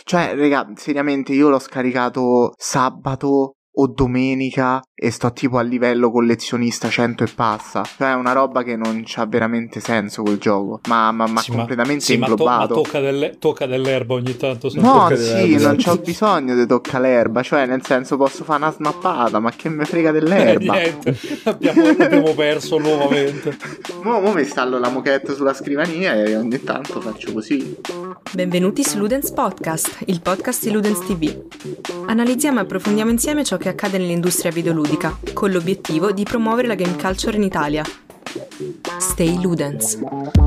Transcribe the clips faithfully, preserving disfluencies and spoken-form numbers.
Cioè, raga, seriamente io l'ho scaricato sabato o domenica e sto tipo a livello collezionista cento e passa. Cioè è una roba che non c'ha veramente senso quel gioco. Ma ma, ma sì, completamente sì, inglobato. Ma, to- ma tocca, delle, tocca dell'erba ogni tanto. No, sì, non c'ho bisogno di tocca l'erba. Cioè, nel senso, posso fare una snappata, ma che me frega dell'erba? Eh, niente, abbiamo, l'abbiamo perso nuovamente. Mo, mo mi installo la moquette sulla scrivania e ogni tanto faccio così. Benvenuti su Ludens Podcast, il podcast di Ludens ti vu. Analizziamo e approfondiamo insieme ciò che accade nell'industria videoludica, con l'obiettivo di promuovere la game culture in Italia. Stay Ludens.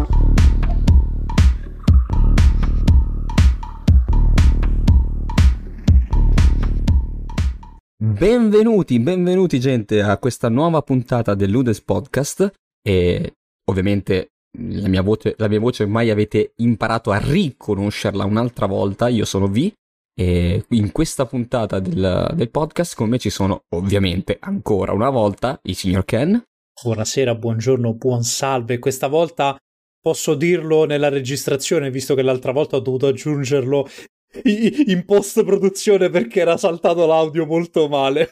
Benvenuti, benvenuti gente a questa nuova puntata del Ludens Podcast e ovviamente la mia voce, la mia voce ormai avete imparato a riconoscerla un'altra volta. Io sono V e in questa puntata del, del podcast con me ci sono ovviamente ancora una volta il signor Ken. Buonasera, buongiorno, buon salve. Questa volta posso dirlo nella registrazione, visto che l'altra volta ho dovuto aggiungerlo in post produzione perché era saltato l'audio molto male.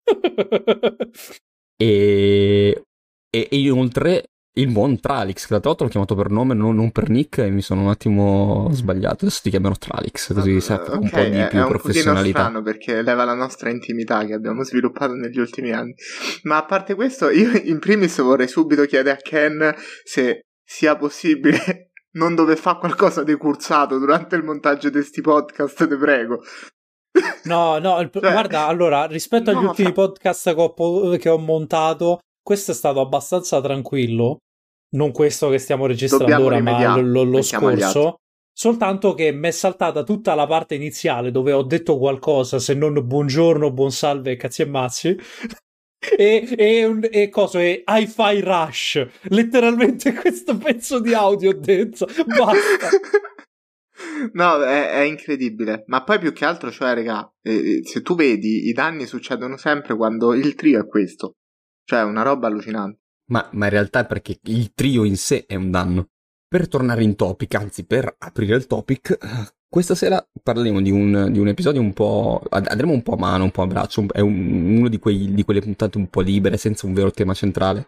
e, e, e inoltre il buon Tralix, che l'altra volta l'ho chiamato per nome, non, non per nick, e mi sono un attimo sbagliato. Adesso ti chiamerò Tralix, così uh, serve okay, un po' di più è professionalità. È un pochino strano perché leva la nostra intimità che abbiamo sviluppato negli ultimi anni. Ma a parte questo, io in primis vorrei subito chiedere a Ken se sia possibile non dover fare qualcosa di cursato durante il montaggio di sti podcast, te prego. No, no, il, cioè, guarda, allora, rispetto agli no, ultimi fra... podcast che ho, che ho montato, questo è stato abbastanza tranquillo. Non questo che stiamo registrando Dobbiamo ora, ma lo, lo scorso. Soltanto che mi è saltata tutta la parte iniziale dove ho detto qualcosa, se non buongiorno, buon salve, cazzi e mazzi. E, e, e cosa è Hi-Fi Rush, letteralmente questo pezzo di audio ho detto basta. No, è, è incredibile. Ma poi più che altro, cioè, raga, eh, se tu vedi, i danni succedono sempre quando il trio è questo. Cioè, è una roba allucinante. Ma, ma in realtà è perché il trio in sé è un danno. Per tornare in topic, anzi per aprire il topic, questa sera parleremo di un, di un episodio un po'... andremo un po' a mano, un po' a braccio, è un, uno di, quei, di quelle puntate un po' libere, senza un vero tema centrale.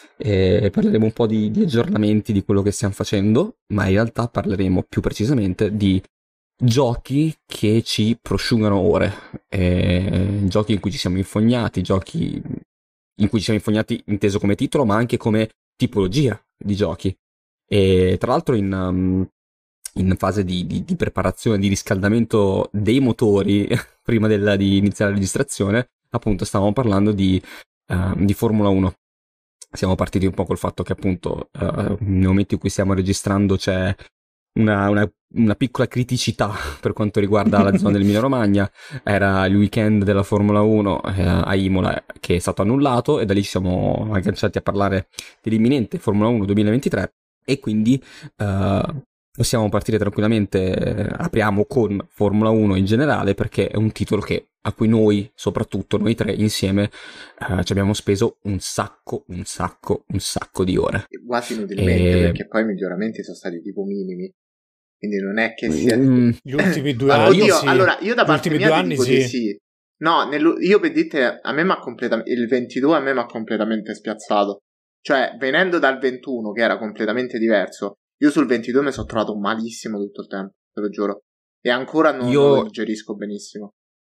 E parleremo un po' di, di aggiornamenti di quello che stiamo facendo, ma in realtà parleremo più precisamente di giochi che ci prosciugano ore, e giochi in cui ci siamo infognati, giochi in cui ci siamo infognati inteso come titolo, ma anche come tipologia di giochi. E tra l'altro in... Um, in fase di, di, di preparazione, di riscaldamento dei motori prima del, di iniziare la registrazione, appunto stavamo parlando di, uh, di Formula uno. Siamo partiti un po' col fatto che appunto uh, nel momento in cui stiamo registrando c'è una, una, una piccola criticità per quanto riguarda la zona dell'Emilia Romagna. Era il weekend della Formula uno uh, a Imola che è stato annullato e da lì ci siamo agganciati a parlare dell'imminente Formula uno duemilaventitré e quindi uh, possiamo partire tranquillamente, apriamo con Formula uno in generale perché è un titolo che, a cui noi, soprattutto noi tre insieme, eh, ci abbiamo speso un sacco, un sacco, un sacco di ore. Quasi inutilmente, e... perché poi i miglioramenti sono stati tipo minimi, quindi non è che sia... Mm. Gli ultimi due allora, anni io, sì. Allora, io da parte mia ti dico sì. di sì. No, nel, io per dite, a me mi ha completamente... il ventidue a me mi ha completamente spiazzato. Cioè, venendo dal ventuno, che era completamente diverso, io sul ventidue mi sono trovato malissimo tutto il tempo, te lo giuro. E ancora non, io, non lo digerisco benissimo.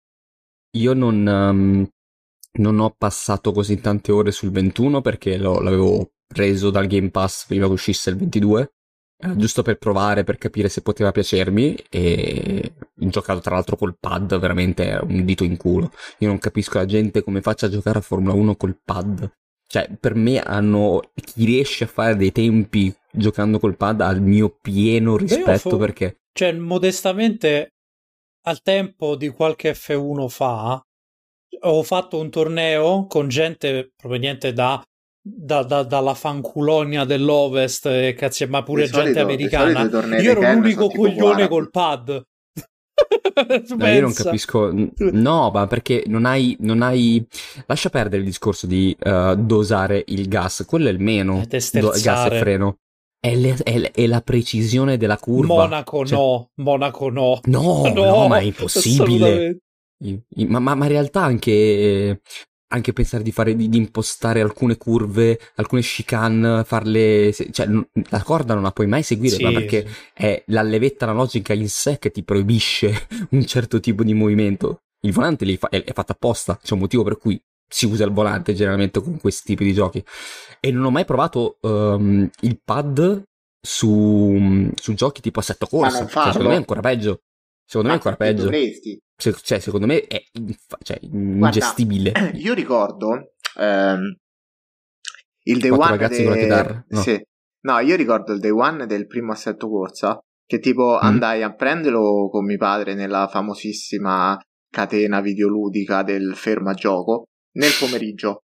Io non, um, non ho passato così tante ore sul ventuno perché lo, l'avevo preso dal Game Pass prima che uscisse il ventidue, eh, giusto per provare, per capire se poteva piacermi, e ho giocato tra l'altro col pad, veramente un dito in culo. Io non capisco la gente come faccia a giocare a Formula uno col pad. Cioè, per me hanno chi riesce a fare dei tempi giocando col pad ha il mio pieno rispetto fu... perché... Cioè, modestamente, al tempo di qualche F uno fa, ho fatto un torneo con gente proveniente da, da, da dalla fanculonia dell'Ovest, e cazzo, ma pure gente solito, americana. Io ero l'unico coglione col pad. No, io non capisco, no, ma perché non hai, non hai, lascia perdere il discorso di uh, dosare il gas, quello è il meno, Do, gas e freno. è, le, è, le, è la precisione della curva. Monaco cioè... no, Monaco no. No, no, no, ma è impossibile. Ma, ma, ma in realtà anche, anche pensare di fare di, di impostare alcune curve, alcune chicane, farle, cioè la corda non la puoi mai seguire, sì, ma perché sì. È la levetta analogica in sé che ti proibisce un certo tipo di movimento. Il volante lì fa, è, è fatto apposta, c'è un motivo per cui si usa il volante generalmente con questi tipi di giochi. E non ho mai provato um, il pad su, su giochi tipo assetto corsa, cioè, secondo me è ancora peggio. Secondo me è ancora peggio. Dovresti. Se, cioè, secondo me è cioè, ingestibile. Guarda, io ricordo ehm, il day one ragazzi de... con la chitarra. No. Sì. No, io ricordo il day one del primo assetto corsa, che tipo mm. andai a prenderlo con mio padre nella famosissima catena videoludica del ferma gioco nel pomeriggio.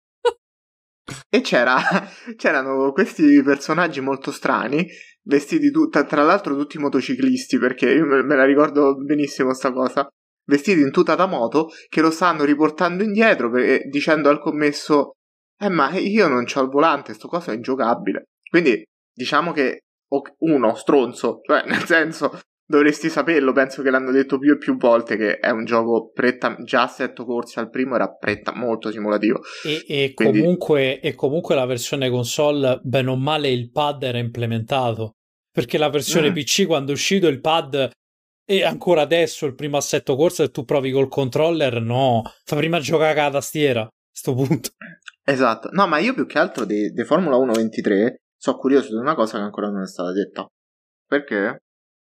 E c'era c'erano questi personaggi molto strani, vestiti tu- tra l'altro tutti motociclisti, perché io me la ricordo benissimo sta cosa, vestiti in tuta da moto, che lo stanno riportando indietro per, dicendo al commesso eh ma io non c'ho il volante, sto coso è ingiocabile. Quindi diciamo che uno stronzo, cioè nel senso dovresti saperlo, penso che l'hanno detto più e più volte che è un gioco pretta, già assetto corsa al primo era pretta, molto simulativo. E, e, Quindi... comunque, e comunque la versione console, bene o male, il pad era implementato. Perché la versione mm. P C, quando è uscito il pad, e ancora adesso il primo assetto corsa e tu provi col controller, no, fa prima giocare con la tastiera, a sto punto. Esatto, no, ma io più che altro di Formula uno ventitré sono curioso di una cosa che ancora non è stata detta. Perché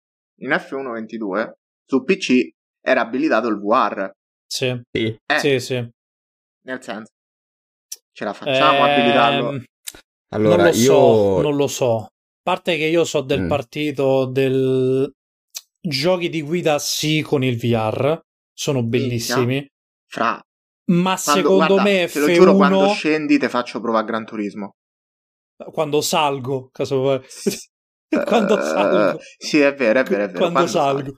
in F uno ventidue su P C era abilitato il V R. Sì, eh, sì, sì. Nel senso, ce la facciamo eh, abilitarlo? Allora, non lo io... so, non lo so. A parte che io so del mm. partito del giochi di guida sì con il V R, sono bellissimi. Fra. Ma quando, secondo guarda, me te lo F uno... giuro, quando scendi te faccio provare Gran Turismo. Quando salgo, caso vuoi. Quando uh, salgo. Sì, è vero, è vero, è vero. Quando, quando salgo.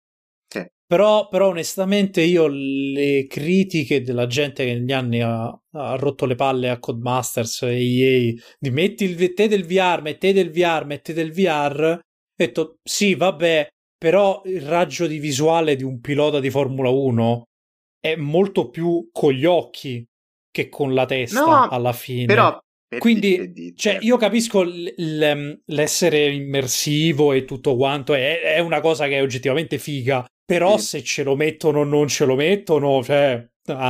Sì. Però, però onestamente io le critiche della gente che negli anni ha, ha rotto le palle a Codemasters e E A di metti il, mettete il V R, mettete il V R, mettete il V R, ho detto sì, vabbè, però il raggio di visuale di un pilota di Formula uno è molto più con gli occhi che con la testa, no, alla fine. Però quindi di, cioè, io capisco l- l- l'essere immersivo e tutto quanto è, è una cosa che è oggettivamente figa, però sì. Se ce lo mettono o non ce lo mettono, cioè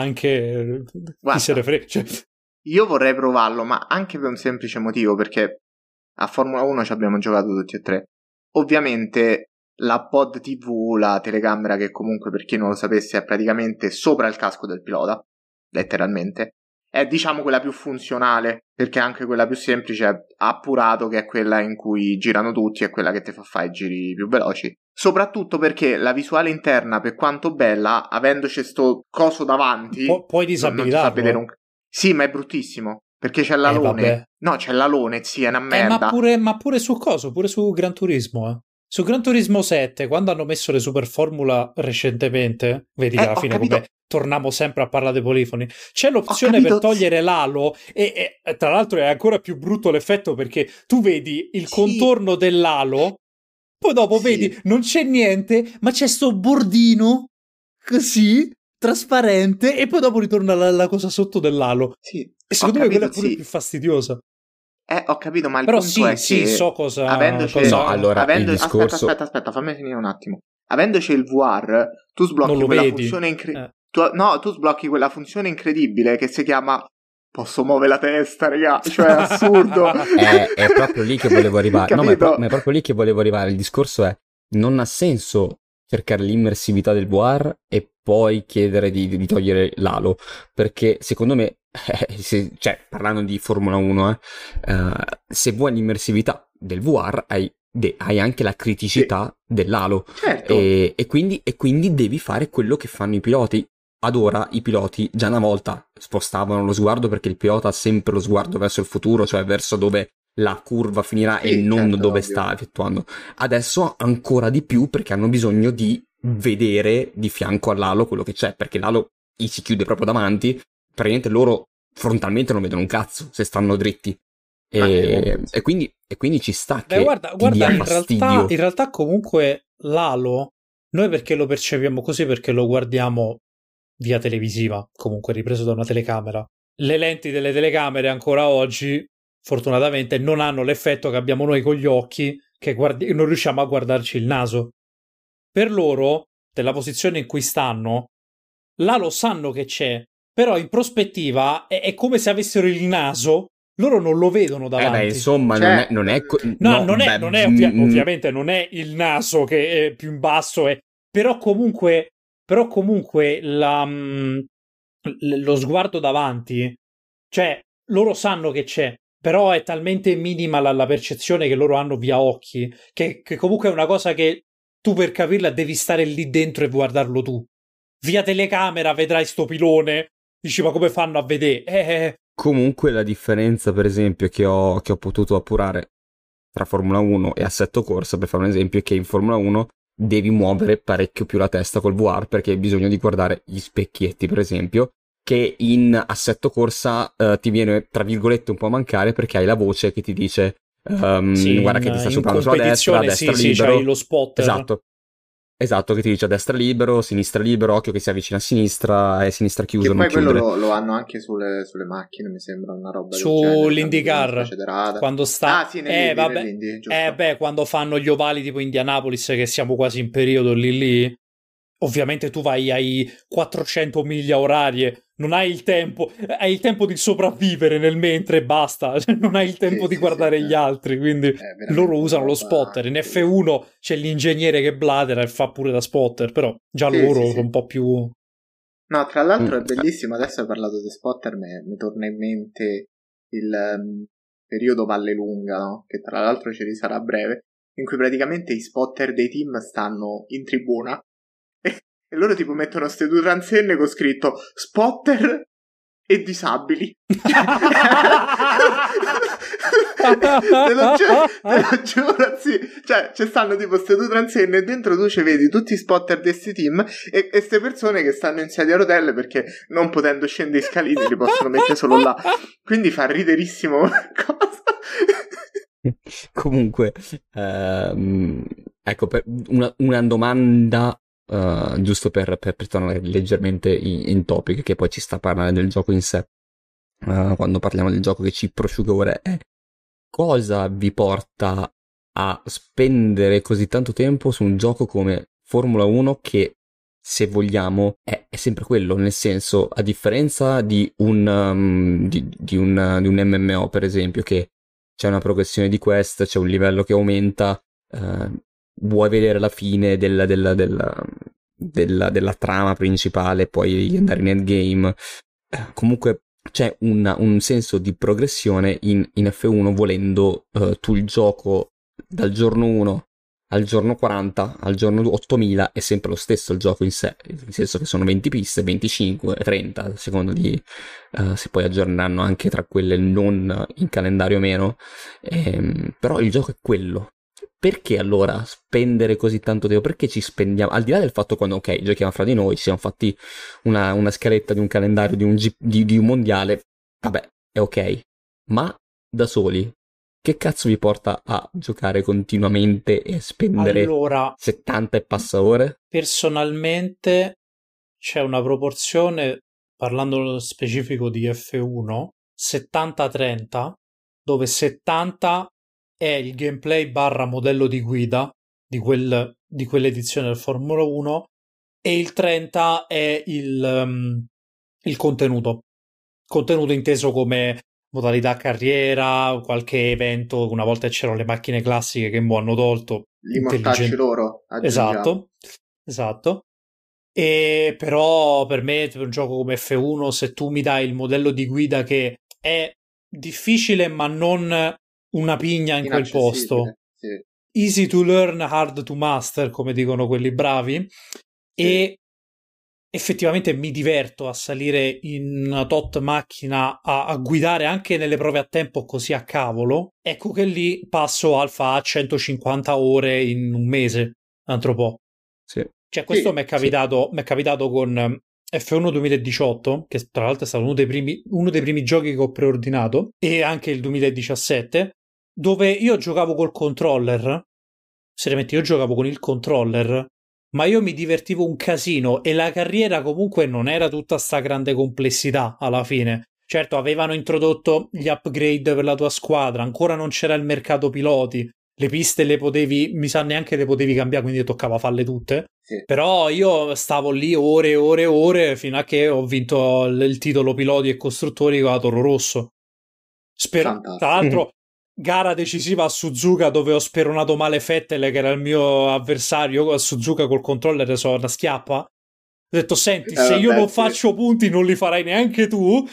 anche Guarda, chi se ne frega, cioè. Io vorrei provarlo, ma anche per un semplice motivo, perché a Formula uno ci abbiamo giocato tutti e tre. Ovviamente la pod tivù, la telecamera, che comunque per chi non lo sapesse è praticamente sopra il casco del pilota, letteralmente, è diciamo quella più funzionale, perché anche quella più semplice ha appurato che è quella in cui girano tutti, è quella che ti fa fare i giri più veloci. Soprattutto perché la visuale interna, per quanto bella, avendoci sto coso davanti, Pu- puoi disabilitarlo. Non ti fa vedere un... Sì, ma è bruttissimo, perché c'è l'alone. Eh, no, c'è l'alone, sì, è una merda. Eh, ma, pure, ma pure su coso, pure su Gran Turismo, eh. Su Gran Turismo sette, quando hanno messo le Super Formula recentemente, vedi che eh, alla fine, capito. vabbè, torniamo sempre a parlare dei polifoni, c'è l'opzione per togliere l'alo e, e tra l'altro è ancora più brutto l'effetto perché tu vedi il sì. contorno dell'alo, poi dopo sì. vedi non c'è niente, ma c'è sto bordino così trasparente e poi dopo ritorna la, la cosa sotto dell'alo. Sì. E secondo Ho me capito, quella è pure sì. più fastidiosa. Eh, ho capito, ma il Però punto sì, è sì, che so cosa... avendoci, cosa... No, allora, avendo, il discorso... Aspetta, aspetta, aspetta, fammi finire un attimo. Avendoci il V R, tu sblocchi quella vedi. funzione incredibile. Eh. Tu, no, tu sblocchi quella funzione incredibile che si chiama posso muovere la testa, raga, cioè è assurdo. è, è proprio lì che volevo arrivare. No, ma è, pro- ma è proprio lì che volevo arrivare. Il discorso è, non ha senso cercare l'immersività del V R e poi chiedere di, di togliere l'alo, perché secondo me Eh, se, cioè, parlando di Formula uno, eh, uh, se vuoi l'immersività del V R, hai, de, hai anche la criticità sì. dell'alo. Certo. E, e, quindi, e quindi devi fare quello che fanno i piloti. Ad ora i piloti già una volta spostavano lo sguardo perché il pilota ha sempre lo sguardo verso il futuro, cioè verso dove la curva finirà sì, e non certo, dove ovvio. sta effettuando. Adesso ancora di più perché hanno bisogno di vedere di fianco all'alo quello che c'è, perché l'alo gli si chiude proprio davanti. Praticamente loro frontalmente non vedono un cazzo se stanno dritti E, e, quindi, e quindi ci sta che Beh, guarda, ti guarda dia in, fastidio. realtà, in realtà comunque l'Halo, noi perché lo percepiamo così? Perché lo guardiamo via televisiva, comunque ripreso da una telecamera. Le lenti delle telecamere ancora oggi, fortunatamente, non hanno l'effetto che abbiamo noi con gli occhi, che guardi- non riusciamo a guardarci il naso. Per loro, della posizione in cui stanno, là lo sanno che c'è, però in prospettiva è, è come se avessero il naso, loro non lo vedono davanti. Eh beh, insomma, cioè, non è... Non è co- no, no, non è, beh, non è ovvia- mm, ovviamente non è il naso che è più in basso, è, però comunque, però comunque la, mh, lo sguardo davanti, cioè loro sanno che c'è, però è talmente minima la, la percezione che loro hanno via occhi, che, che comunque è una cosa che tu per capirla devi stare lì dentro e guardarlo tu. Via telecamera vedrai sto pilone, dici ma come fanno a vedere? Eh, Comunque la differenza, per esempio, che ho, che ho potuto appurare tra Formula uno e assetto corsa, per fare un esempio, è che in Formula uno devi muovere parecchio più la testa col V R perché hai bisogno di guardare gli specchietti, per esempio, che in assetto corsa eh, ti viene, tra virgolette, un po' a mancare perché hai la voce che ti dice um, sì, guarda in, che ti sta superando sulla destra, a destra sì, libero. Sì, c'hai lo spotter. Esatto. Esatto, che ti dice a destra libero, sinistra libero, occhio che si avvicina a sinistra e sinistra chiuso. Che non poi quello chiudere. lo, lo hanno anche sulle, sulle macchine, mi sembra una roba sull'IndyCar quando sta ah sì eh vabbè eh beh quando fanno gli ovali tipo Indianapolis, che siamo quasi in periodo lì lì, ovviamente tu vai ai quattrocento miglia orarie, non hai il tempo, hai il tempo di sopravvivere nel mentre e basta, non hai il tempo sì, di sì, guardare sì, gli altri, quindi loro usano lo spotter. In F uno c'è l'ingegnere che blatera e fa pure da spotter, però già sì, loro sì, sono sì. un po' più... No, tra l'altro è bellissimo, adesso hai parlato di spotter, me, mi torna in mente il um, periodo Vallelunga, no? Che tra l'altro ci risarà a breve, in cui praticamente i spotter dei team stanno in tribuna e, e loro tipo mettono ste due transenne con scritto spotter e disabili. te, lo giuro, te lo giuro, sì. Cioè, ci stanno tipo queste due transenne e dentro tu ci vedi tutti i spotter di questi team e queste persone che stanno in sedia a rotelle perché non potendo scendere i scalini li possono mettere solo là. Quindi fa riderissimo una cosa. Comunque, ehm, ecco, per una, una domanda uh, giusto per, per, per tornare leggermente in, in topic, che poi ci sta a parlare del gioco in sé. Uh, quando parliamo del gioco che ci prosciuga ora, è cosa vi porta a spendere così tanto tempo su un gioco come Formula uno che, se vogliamo, è, è sempre quello, nel senso, a differenza di un, um, di, di, un, di un M M O, per esempio, che c'è una progressione di quest, c'è un livello che aumenta, uh, vuoi vedere la fine della, della, della, della, della trama principale, puoi andare in endgame, uh, comunque c'è una, un senso di progressione in, in F uno, volendo uh, tu il gioco dal giorno uno al giorno quaranta, al giorno ottomila è sempre lo stesso il gioco in sé, nel senso che sono venti piste, venticinque, trenta, a seconda di uh, se poi aggiorneranno anche tra quelle non in calendario o meno, ehm, però il gioco è quello. Perché allora spendere così tanto tempo? Perché ci spendiamo? Al di là del fatto quando, ok, giochiamo fra di noi, ci siamo fatti una, una scaletta di un calendario, di un, G- di, di un mondiale, vabbè, è ok. Ma da soli, che cazzo vi porta a giocare continuamente e spendere allora, settanta e passa ore? Personalmente c'è una proporzione, parlando nello specifico di F uno, settanta trenta, dove settanta è il gameplay barra modello di guida di, quel, di quell'edizione del Formula uno e il trenta è il, um, il contenuto. Contenuto inteso come modalità carriera, qualche evento, una volta c'erano le macchine classiche che mo hanno tolto. Gli mortacci loro, aggiungiamo. Esatto, esatto. E però per me, per un gioco come F uno, se tu mi dai il modello di guida che è difficile ma non una pigna in quel posto, sì. Easy to learn, hard to master, come dicono quelli bravi, sì. E effettivamente mi diverto a salire in una tot macchina a, a guidare anche nelle prove a tempo così a cavolo, ecco che lì passo alfa a centocinquanta ore in un mese, un altro po'. Sì. Cioè questo sì, mi è capitato, sì. mi è capitato con F uno duemiladiciotto, che tra l'altro è stato uno dei primi, uno dei primi giochi che ho preordinato, e anche il duemiladiciassette, dove io giocavo col controller. Seriamente, io giocavo con il controller, ma io mi divertivo un casino, e la carriera comunque non era tutta sta grande complessità alla fine. Certo, avevano introdotto gli upgrade per la tua squadra, ancora non c'era il mercato piloti, le piste le potevi, mi sa neanche le potevi cambiare, quindi toccava farle tutte. Sì. Però io stavo lì ore e ore e ore fino a che ho vinto il titolo piloti e costruttori con la Toro Rosso. Spero, tra l'altro, gara decisiva a Suzuka dove ho speronato male Vettel, che era il mio avversario. A Suzuka col controller sono una schiappa. Ho detto, senti, eh, se io vabbè, non faccio sì. punti non li farai neanche tu.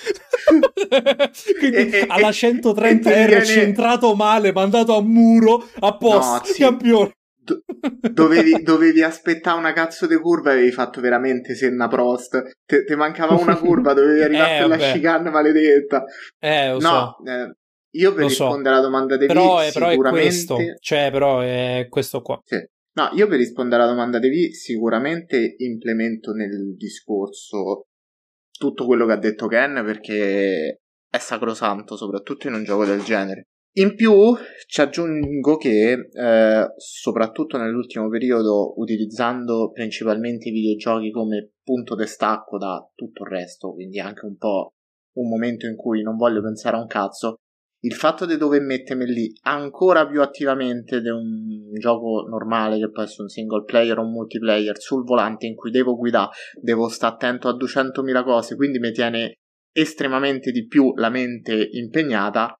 Quindi e, alla centotrenta R viene... centrato male, mandato a muro, a posto, no, sì. campione. Do- dovevi, dovevi aspettare una cazzo di curva e avevi fatto veramente Senna Prost. Te, te mancava una curva, dovevi arrivare eh, alla chicane maledetta. Eh, lo no, so. Eh, io per lo rispondere so. alla domanda di però, V è, però sicuramente... è questo. Cioè, però è questo qua. Sì. No, io per rispondere alla domanda di V sicuramente implemento nel discorso tutto quello che ha detto Ken, perché è sacrosanto, soprattutto in un gioco del genere. In più ci aggiungo che eh, soprattutto nell'ultimo periodo, utilizzando principalmente i videogiochi come punto di stacco da tutto il resto, quindi anche un po' un momento in cui non voglio pensare a un cazzo, il fatto di dover mettermi lì ancora più attivamente di un gioco normale, che può essere un single player o un multiplayer, sul volante in cui devo guidare, devo stare attento a duecentomila cose, quindi mi tiene estremamente di più la mente impegnata,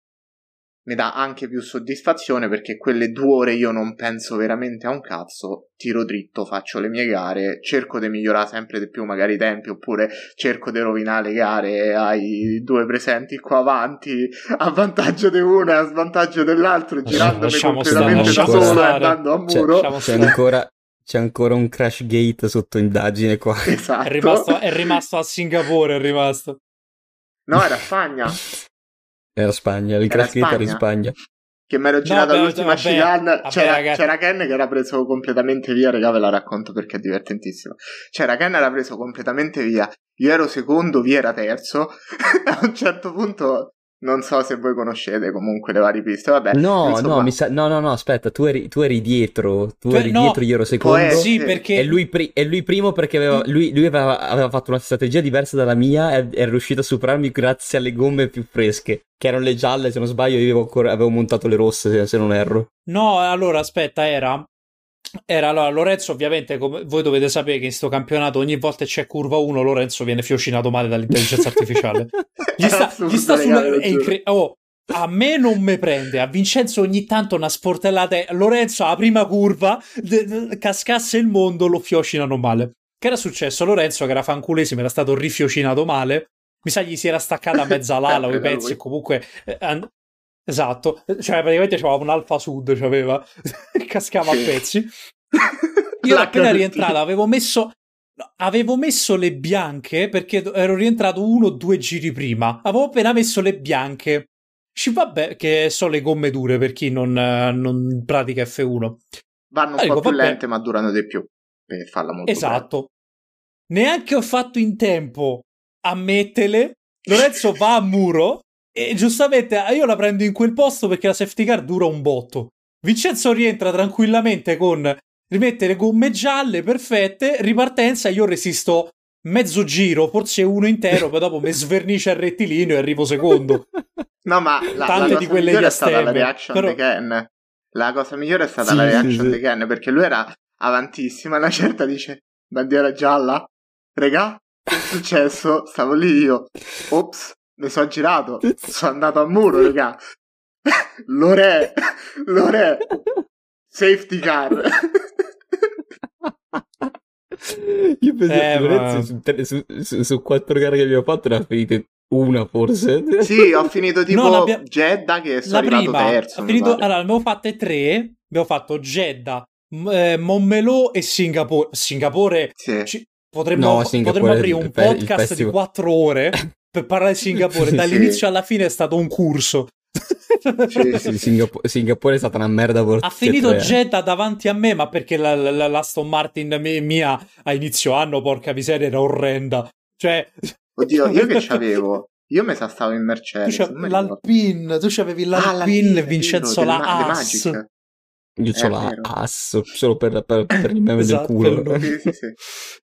mi dà anche più soddisfazione, perché quelle due ore io non penso veramente a un cazzo, tiro dritto, faccio le mie gare, cerco di migliorare sempre di più magari i tempi, oppure cerco di rovinare le gare ai due presenti qua avanti, a vantaggio di uno e a svantaggio dell'altro, girandomi lasciamo completamente stare, da solo e stare. andando a muro. C'è, c'è ancora... C'è ancora un crash gate sotto indagine qua. Esatto. È rimasto, è rimasto a Singapore, è rimasto. No, era Spagna. Era Spagna, il crash gate era in Spagna. Che mi ero girato no, all'ultima vabbè, chicane, vabbè, c'era, c'era Ken che era preso completamente via, raga, ve la racconto perché è divertentissimo. C'era Ken era preso completamente via, io ero secondo, via era terzo, a un certo punto... Non so se voi conoscete comunque le varie piste, vabbè. No, insomma... no, mi sa... no, no, no, aspetta, tu eri, tu eri dietro, tu eri no, dietro, io ero secondo. Sì, perché... E lui, pri- e lui primo perché aveva, lui, lui aveva, aveva fatto una strategia diversa dalla mia e è riuscito a superarmi grazie alle gomme più fresche, che erano le gialle, se non sbaglio, io avevo, ancora, avevo montato le rosse, se, se non erro. No, allora, aspetta, era... Era allora Lorenzo, ovviamente, come voi dovete sapere che in sto campionato ogni volta c'è curva uno, Lorenzo viene fiocinato male dall'intelligenza artificiale. Gli sta, assurdo, gli sta sulla... È incre... Oh, a me non me prende, a Vincenzo ogni tanto una sportellata, Lorenzo alla prima curva d- d- cascasse il mondo, lo fiocinano male. Che era successo? Lorenzo, che era fanculesimo, era stato rifiocinato male, mi sa gli si era staccata a mezza l'ala o i pezzi e comunque eh, and... esatto, cioè praticamente c'aveva un Alfa Sud, c'aveva cascava a pezzi. Io appena rientrato avevo messo no, avevo messo le bianche perché ero rientrato uno o due giri prima, avevo appena messo le bianche. Ci vabbè, che sono le gomme dure per chi non, non pratica F uno. Vanno un allora, po' dico, più vabbè. lente, ma durano di più per farla molto esatto. Bene. Neanche ho fatto in tempo a metterle. Lorenzo va a muro e giustamente io la prendo in quel posto perché la safety car dura un botto. Vincenzo rientra tranquillamente con rimette le gomme gialle perfette, ripartenza, io resisto mezzo giro, forse uno intero, poi dopo mi svernice il rettilineo e arrivo secondo. No, ma la, tante la di quelle migliore è stata la reaction però... di Ken. La cosa migliore è stata sì, la reaction sì, di Ken, perché lui era avantissima, una certa dice bandiera gialla, regà, che è successo? Stavo lì io, ops, mi sono girato, sono andato a muro, regà. Lore, Lore, safety car. Io penso eh, che ma... su, su, su, su quattro gare che abbiamo fatto ne ha finite una forse. Sì, ho finito tipo no, abbia... Jeddah che sono la arrivato prima, terzo. Finito... Allora, abbiamo fatte tre, abbiamo fatto Jeddah, eh, Montmelò e Singapore. Singapore, sì. Ci... potremmo, no, Singapore potremmo aprire un podcast di quattro ore per parlare di Singapore. Dall'inizio sì. alla fine è stato un corso. Sì, sì, Singapore, Singapore è stata una merda. Ha finito Jeddah davanti a me, ma perché la, la, la Aston Martin mia a inizio anno, porca miseria, era orrenda. Cioè... Oddio, io che c'avevo? Io mi sa stavo in Mercedes. Tu l'Alpine, tu c'avevi l'Alpine ah, e Vincenzo la Ma- Haas. Io c'ho la Haas solo per, per, per il meme esatto, del culo. Sì, sì, sì.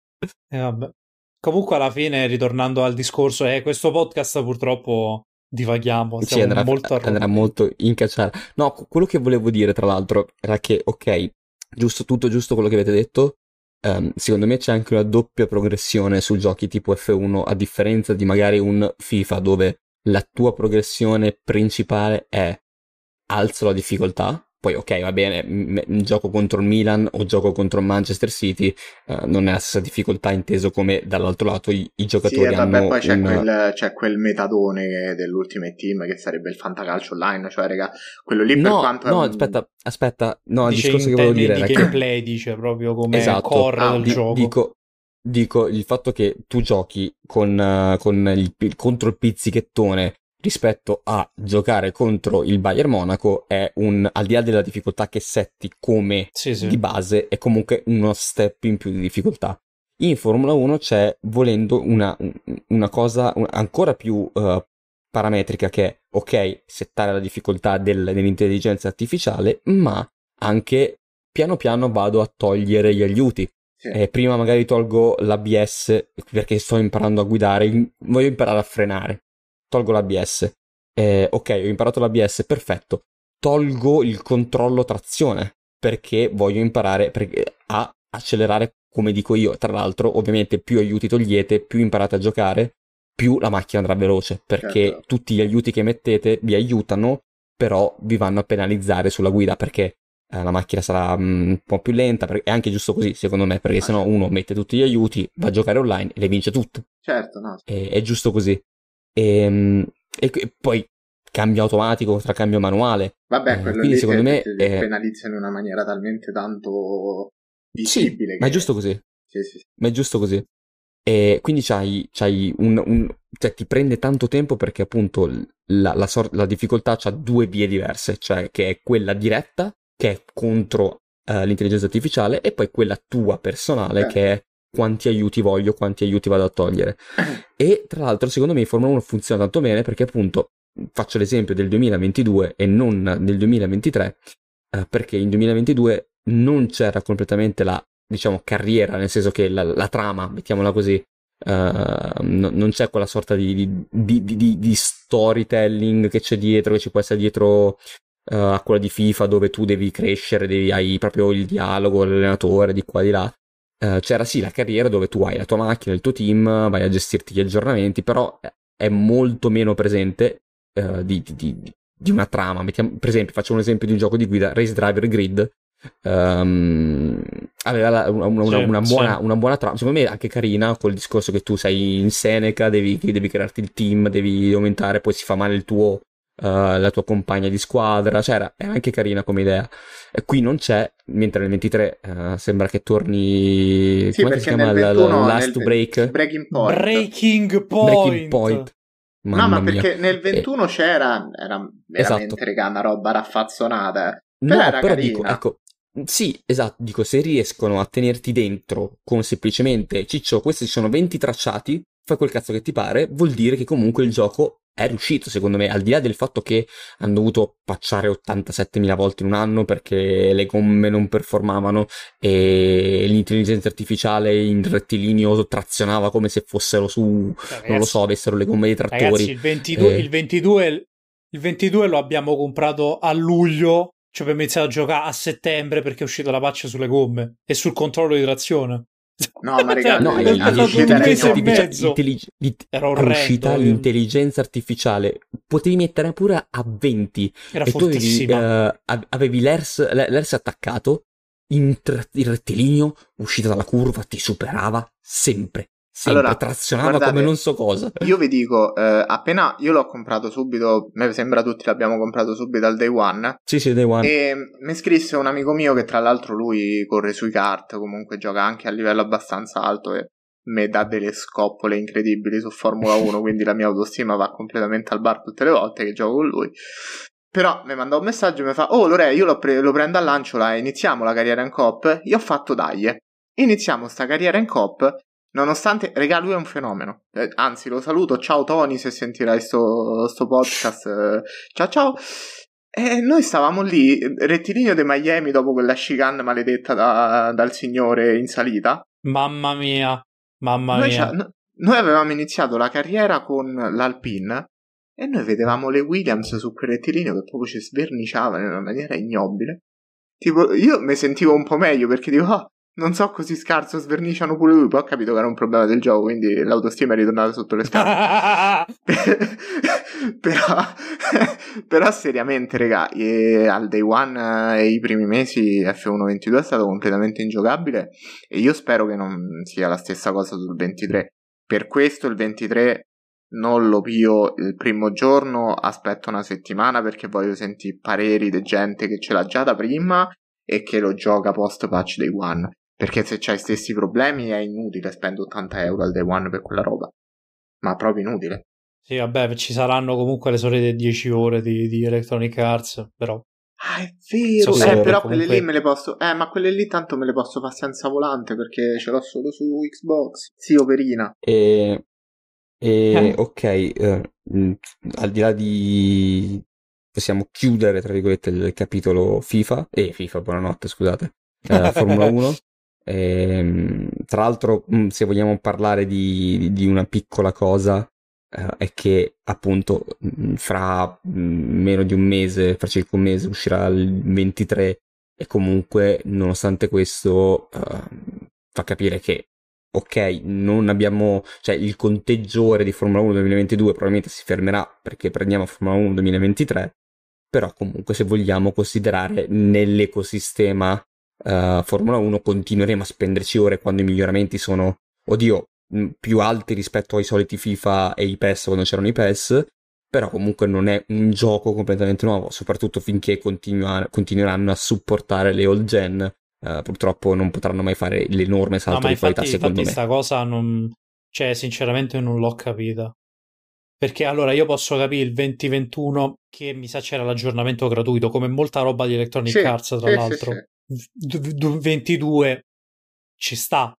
E vabbè. Comunque alla fine, ritornando al discorso, eh, questo podcast purtroppo divaghiamo, sì, andrà molto, andrà molto in cacciare. No, quello che volevo dire tra l'altro era che, ok, giusto tutto giusto quello che avete detto, um, secondo me c'è anche una doppia progressione su giochi tipo F uno, a differenza di magari un FIFA dove la tua progressione principale è alzo la difficoltà. Poi ok, va bene, m- m- gioco contro il Milan o gioco contro il Manchester City, uh, non è la stessa difficoltà, inteso come dall'altro lato i, i giocatori sì, e vabbè, hanno poi c'è, un... quel, c'è quel metadone dell'Ultimate Team che sarebbe il fantacalcio online, cioè raga, quello lì no, per quanto no, è un... aspetta, aspetta, no, dice il discorso che volevo dire di era gameplay, che... dice proprio come esatto. core ah, del di, gioco. Dico, dico il fatto che tu giochi con, uh, con il, il, contro il pizzichettone rispetto a giocare contro il Bayern Monaco è un, al di là della difficoltà che setti come sì, sì. di base, è comunque uno step in più di difficoltà. In Formula uno c'è, volendo, una, una cosa ancora più uh, parametrica che è, ok, settare la difficoltà del, dell'intelligenza artificiale, ma anche piano piano vado a togliere gli aiuti. Sì. Eh, prima magari tolgo l'A B S perché sto imparando a guidare, voglio imparare a frenare. Tolgo l'A B S. Eh, ok, ho imparato l'A B S, perfetto. Tolgo il controllo trazione perché voglio imparare a accelerare come dico io. Tra l'altro, ovviamente, più aiuti togliete, più imparate a giocare, più la macchina andrà veloce. Perché certo. Tutti gli aiuti che mettete vi aiutano, però vi vanno a penalizzare sulla guida perché eh, la macchina sarà um, un po' più lenta. È anche giusto così, secondo me, perché sennò uno mette tutti gli aiuti, va a giocare online e le vince tutte. Certo, no. È, è giusto così. E, e poi cambio automatico tra cambio manuale. Vabbè, quello eh, quindi lì secondo te, me te, te è... penalizza in una maniera talmente tanto visibile. Sì, che... ma è giusto così. Sì, sì, sì. Ma è giusto così. E quindi c'hai, c'hai un, un... cioè ti prende tanto tempo perché appunto la, la, sor- la difficoltà c'ha due vie diverse, cioè che è quella diretta, che è contro uh, l'intelligenza artificiale, e poi quella tua personale, eh. che è quanti aiuti voglio, quanti aiuti vado a togliere. E tra l'altro secondo me in Formula uno funziona tanto bene perché appunto faccio l'esempio del duemilaventidue e non del duemilaventitré, eh, perché in duemilaventidue non c'era completamente la, diciamo, carriera, nel senso che la, la trama, mettiamola così, uh, no, non c'è quella sorta di, di, di, di, di storytelling che c'è dietro, che ci può essere dietro uh, a quella di FIFA, dove tu devi crescere, devi, hai proprio il dialogo, l'allenatore di qua di là. Uh, c'era sì la carriera dove tu hai la tua macchina, il tuo team, vai a gestirti gli aggiornamenti, però è molto meno presente uh, di, di, di una trama. Mettiamo, per esempio, faccio un esempio di un gioco di guida, Race Driver Grid, um, aveva una, una, sì, una, buona, sì. una buona trama, secondo me anche carina, col discorso che tu sei in Seneca, devi, devi crearti il team, devi aumentare, poi si fa male il tuo... Uh, la tua compagna di squadra, cioè è anche carina come idea. E qui non c'è, mentre nel ventitré uh, sembra che torni, sì, come si chiama il last to break? Breaking Point. Breaking Point. Breaking Point. No, ma mia. perché nel ventuno eh, c'era, era veramente esatto. Regà, una roba raffazzonata. No, però era però carina. dico, ecco, sì, esatto, dico, se riescono a tenerti dentro con semplicemente, ciccio, questi sono venti tracciati, fai quel cazzo che ti pare, vuol dire che comunque il gioco è riuscito, secondo me, al di là del fatto che hanno dovuto patchare ottantasettemila volte in un anno perché le gomme non performavano e l'intelligenza artificiale in rettilineo trazionava come se fossero su, ragazzi, non lo so, avessero le gomme dei trattori. Ragazzi, il ventidue, eh. il ventidue, il ventidue lo abbiamo comprato a luglio, cioè abbiamo iniziato a giocare a settembre perché è uscita la patch sulle gomme e sul controllo di trazione. No, ma raga, no, è l'intelligenza artificiale, intellig- era orrendo, uscita io... l'intelligenza artificiale, potevi mettere pure a venti era e tu avevi, uh, avevi l'E R S, l'E R S attaccato in, tra- in rettilineo, uscita dalla curva, ti superava sempre. Sempre allora, trazionava guardate, come non so cosa. Io vi dico, eh, appena io l'ho comprato subito, mi sembra tutti l'abbiamo comprato subito al day one. Sì, sì, day one. E mi scrisse un amico mio che tra l'altro lui corre sui kart, comunque gioca anche a livello abbastanza alto e mi dà delle scoppole incredibili su Formula uno, quindi la mia autostima va completamente al bar tutte le volte che gioco con lui. Però mi manda un messaggio e mi fa: oh Lore, io lo, pre- lo prendo al lancio, la iniziamo la carriera in coop. Io ho fatto dai, iniziamo sta carriera in coop. Nonostante, regà, lui è un fenomeno. Eh, anzi, lo saluto. Ciao Tony, se sentirai sto, sto podcast. Eh, ciao ciao. E noi stavamo lì, rettilineo di Miami, dopo quella chicane maledetta da, dal signore in salita. Mamma mia, mamma noi mia. No, noi avevamo iniziato la carriera con l'Alpine e noi vedevamo le Williams su quel rettilineo che proprio ci sverniciavano in una maniera ignobile. Tipo, io mi sentivo un po' meglio perché dico, oh, non so così scarso, sverniciano pure lui. Poi ho capito che era un problema del gioco, quindi l'autostima è ritornata sotto le scale. però, però seriamente, regà, e al day one e i primi mesi F uno ventidue è stato completamente ingiocabile e io spero che non sia la stessa cosa sul ventitré. Per questo il ventitré non lo pio il primo giorno, aspetto una settimana perché voglio sentire pareri di gente che ce l'ha già da prima e che lo gioca post patch day one. Perché se c'hai stessi problemi è inutile spendere ottanta euro al day one per quella roba. Ma proprio inutile. Sì, vabbè, ci saranno comunque le solite dieci ore di, di Electronic Arts, però. Ah, è vero. So eh, però comunque... quelle lì me le posso... Eh, ma quelle lì tanto me le posso fare senza volante perché ce l'ho solo su Xbox. Sì, operina. E... E eh. ok, eh, al di là di... possiamo chiudere, tra virgolette, il capitolo FIFA. Eh, FIFA, buonanotte, scusate. Eh, Formula uno. E, tra l'altro, se vogliamo parlare di, di una piccola cosa, eh, è che appunto fra meno di un mese, fra circa un mese, uscirà il ventitré e comunque, nonostante questo, eh, fa capire che ok, non abbiamo, cioè il conteggio ore di Formula uno duemilaventidue probabilmente si fermerà perché prendiamo Formula uno duemilaventitré, però comunque se vogliamo considerare nell'ecosistema uh, Formula uno continueremo a spenderci ore quando i miglioramenti sono, oddio, mh, più alti rispetto ai soliti FIFA e i P E S quando c'erano i P E S, però comunque non è un gioco completamente nuovo, soprattutto finché continua- continueranno a supportare le old gen. Uh, purtroppo non potranno mai fare l'enorme salto no, ma di infatti, qualità, secondo infatti me. sta cosa non... cioè, sinceramente non l'ho capita. Perché allora io posso capire il venti ventuno che mi sa c'era l'aggiornamento gratuito, come molta roba di Electronic sì, Arts, tra sì, l'altro. Sì, sì. D- d- ventidue ci sta.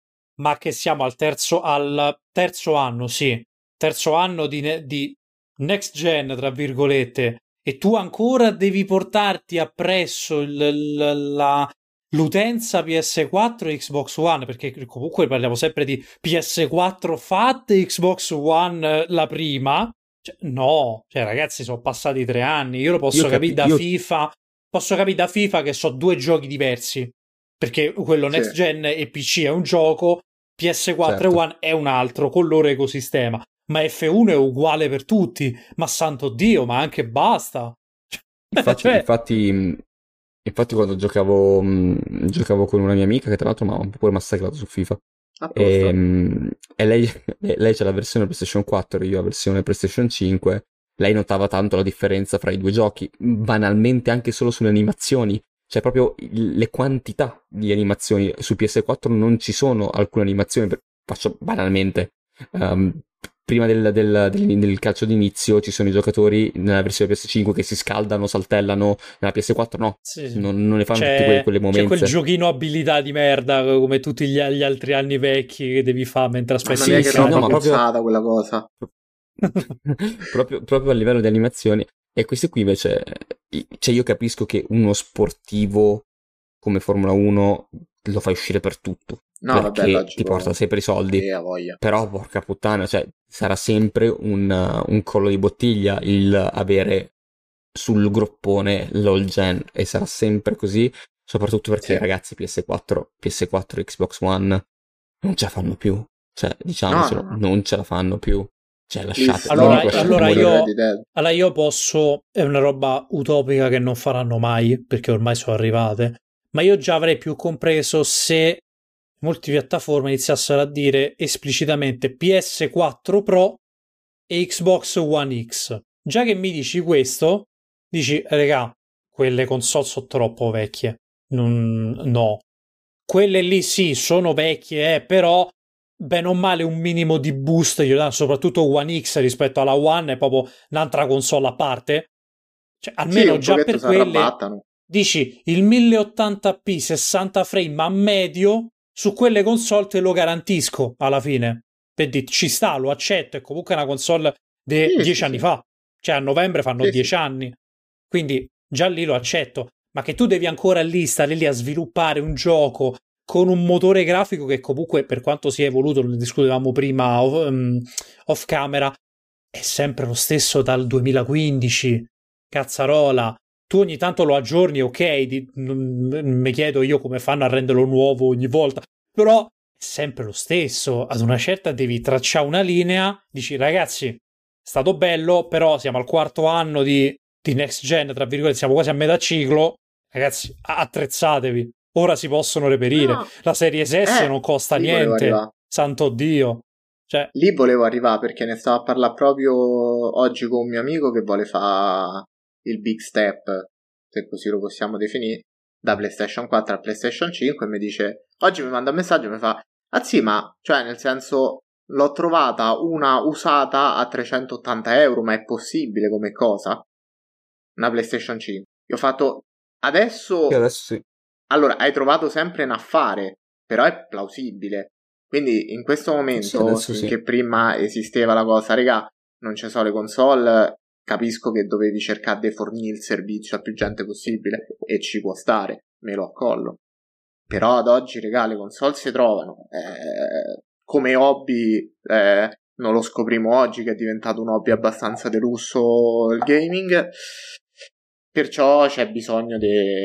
Ma che siamo al terzo, al terzo anno, sì. Terzo anno di, ne- di next gen, tra virgolette. E tu ancora devi portarti appresso il, il, la... l'utenza P S quattro e Xbox One, perché comunque parliamo sempre di P S quattro Fat e Xbox One la prima. Cioè, no, cioè ragazzi, sono passati tre anni. Io lo posso io capire capi- da io... FIFA. Posso capire da FIFA che so due giochi diversi. Perché quello next sì. gen e P C è un gioco, P S quattro certo. e One è un altro, con loro ecosistema. Ma F uno è uguale per tutti. Ma santo Dio, ma anche basta. Infatti, cioè... infatti Infatti quando giocavo mh, giocavo con una mia amica che tra l'altro mi ha un po' pure massacrato su FIFA e, mh, e lei, lei c'ha la versione PlayStation quattro e io la versione PlayStation cinque. Lei notava tanto la differenza fra i due giochi, banalmente anche solo sulle animazioni, cioè proprio le quantità di animazioni. Su P S quattro non ci sono alcune animazioni, per, faccio banalmente um, prima del, del, del, del calcio d'inizio ci sono i giocatori nella versione P S cinque che si scaldano, saltellano, nella P S quattro no, sì, sì. Non, non ne fanno c'è, tutte quelle, quelle momenze. C'è quel giochino abilità di merda come tutti gli, gli altri anni vecchi che devi fare mentre aspetti. Sì, che sì, no, ma proprio quella cosa. proprio, proprio a livello di animazioni. E questi qui invece, cioè io capisco che uno sportivo come Formula uno lo fai uscire per tutto. No, perché vabbè, ti porta sempre i soldi, sì, voglia. Però porca puttana, cioè sarà sempre un, un collo di bottiglia il avere sul groppone l'old gen e sarà sempre così, soprattutto perché sì. Ragazzi P S quattro, P S quattro, Xbox One non ce la fanno più, cioè diciamocelo, no, no. non ce la fanno più, cioè lasciate. Allora, no, allora, io, allora io posso, è una roba utopica che non faranno mai perché ormai sono arrivate, ma io già avrei più compreso se multipiattaforme iniziassero a dire esplicitamente P S quattro Pro e Xbox One X. Già che mi dici questo, dici, regà, quelle console sono troppo vecchie. Non, no. Quelle lì sì, sono vecchie, eh, però bene o male un minimo di boost, soprattutto One X rispetto alla One è proprio un'altra console a parte. Cioè, almeno sì, già per quelle dici il mille ottanta p sessanta frame a medio su quelle console te lo garantisco alla fine. Per dire, ci sta, lo accetto, è comunque una console di sì, dieci sì, anni sì. fa. Cioè a novembre fanno sì, dieci sì. anni. Quindi già lì lo accetto. Ma che tu devi ancora lì stare lì a sviluppare un gioco con un motore grafico che comunque, per quanto sia evoluto, lo discutevamo prima off, um, off camera, è sempre lo stesso dal duemilaquindici. Cazzarola. Tu ogni tanto lo aggiorni, ok, di, m- mi chiedo io come fanno a renderlo nuovo ogni volta, però è sempre lo stesso. Ad una certa devi tracciare una linea, dici ragazzi, è stato bello, però siamo al quarto anno di, di next gen, tra virgolette, siamo quasi a metà ciclo, ragazzi, attrezzatevi, ora si possono reperire. No. La Series S eh, non costa niente, santo Dio. Cioè... Lì volevo arrivare perché ne stavo a parlare proprio oggi con un mio amico che vuole fare il big step, se così lo possiamo definire, da PlayStation quattro a PlayStation cinque, e mi dice, oggi mi manda un messaggio e mi fa, ah sì, ma cioè nel senso l'ho trovata una usata a trecentottanta euro, ma è possibile come cosa? Una PlayStation cinque. Io ho fatto, adesso, adesso sì. Allora, hai trovato sempre un affare, però è plausibile. Quindi in questo momento, sì, finché sì. prima esisteva la cosa, regà, non ci sono le console, capisco che dovevi cercare di fornire il servizio a più gente possibile, e ci può stare, me lo accollo. Però ad oggi, regà, le console si trovano. Eh, come hobby, eh, non lo scopriamo oggi che è diventato un hobby abbastanza de lusso il gaming. Perciò c'è bisogno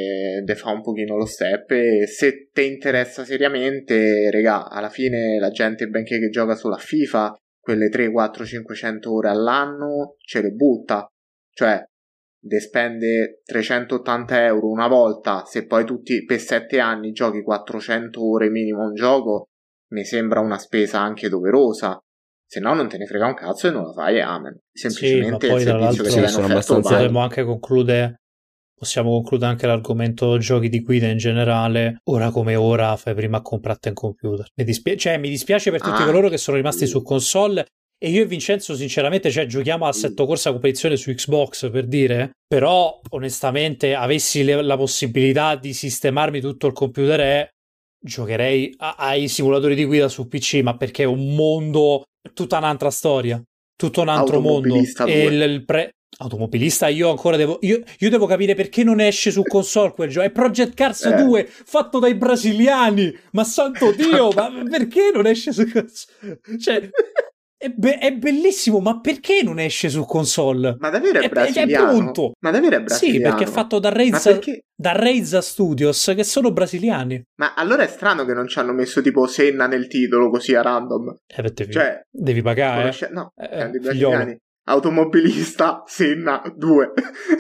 di fare un pochino lo step, e se ti interessa seriamente, regà, alla fine la gente, benché che gioca solo a FIFA, quelle tre, quattro, cinquecento ore all'anno ce le butta. Cioè, de spende trecentottanta euro una volta, se poi tutti per sette anni giochi quattrocento ore minimo un gioco, mi sembra una spesa anche doverosa. Se no non te ne frega un cazzo e non la fai, amen. Semplicemente sì, ma poi, il servizio che ti viene offerto lo potremmo anche concludere possiamo concludere anche l'argomento giochi di guida in generale. Ora come ora fai prima a comprarti un computer. Mi dispiace, cioè, mi dispiace per tutti ah, coloro che sono rimasti su console, e io e Vincenzo sinceramente, cioè, giochiamo a assetto corsa competizione su Xbox, per dire, però onestamente avessi le, la possibilità di sistemarmi tutto il computer, è giocherei a, ai simulatori di guida su P C, ma perché è un mondo, tutta un'altra storia, tutto un altro mondo. E il, il pre automobilista io ancora devo io, io devo capire perché non esce su console quel gioco. È Project Cars eh. due fatto dai brasiliani, ma santo Dio, ma perché non esce su console? Cioè è, be- è bellissimo, ma perché non esce su console? Ma davvero è, è brasiliano? È punto. Ma davvero è brasiliano? Sì, perché è fatto da Reiza, da Reiza Studios, che sono brasiliani. Ma allora è strano che non ci hanno messo tipo Senna nel titolo così a random. Eh, devi, cioè, devi pagare. Conosce- no, eh, eh, dei brasiliani. Automobilista Senna due.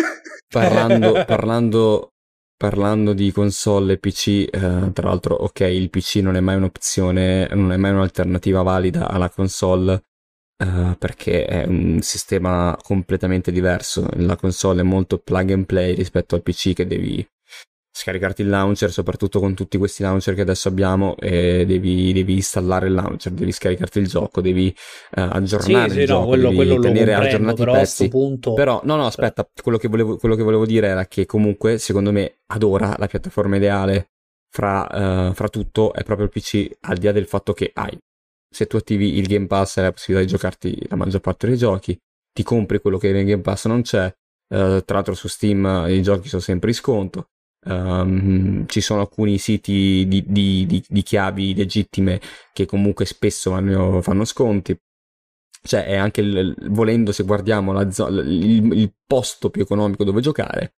Parlando, parlando, parlando di console e P C, eh, tra l'altro, ok, il P C non è mai un'opzione, non è mai un'alternativa valida alla console, eh, perché è un sistema completamente diverso. La console è molto plug and play rispetto al P C, che devi scaricarti il launcher, soprattutto con tutti questi launcher che adesso abbiamo, e devi, devi installare il launcher, devi scaricarti il gioco, devi uh, aggiornare sì, sì, il no, gioco, quello, devi quello tenere lo aggiornati i pezzi. Punto... Però, no, no, aspetta, quello che, volevo, quello che volevo dire era che comunque, secondo me, ad ora la piattaforma ideale fra, uh, fra tutto è proprio il P C, al di là del fatto che hai, se tu attivi il Game Pass, hai la possibilità di giocarti la maggior parte dei giochi, ti compri quello che nel Game Pass non c'è, uh, tra l'altro su Steam i giochi sono sempre in sconto. Um, ci sono alcuni siti di, di, di, di chiavi legittime che comunque spesso fanno, fanno sconti. Cioè è anche il, volendo, se guardiamo la zo- il, il posto più economico dove giocare,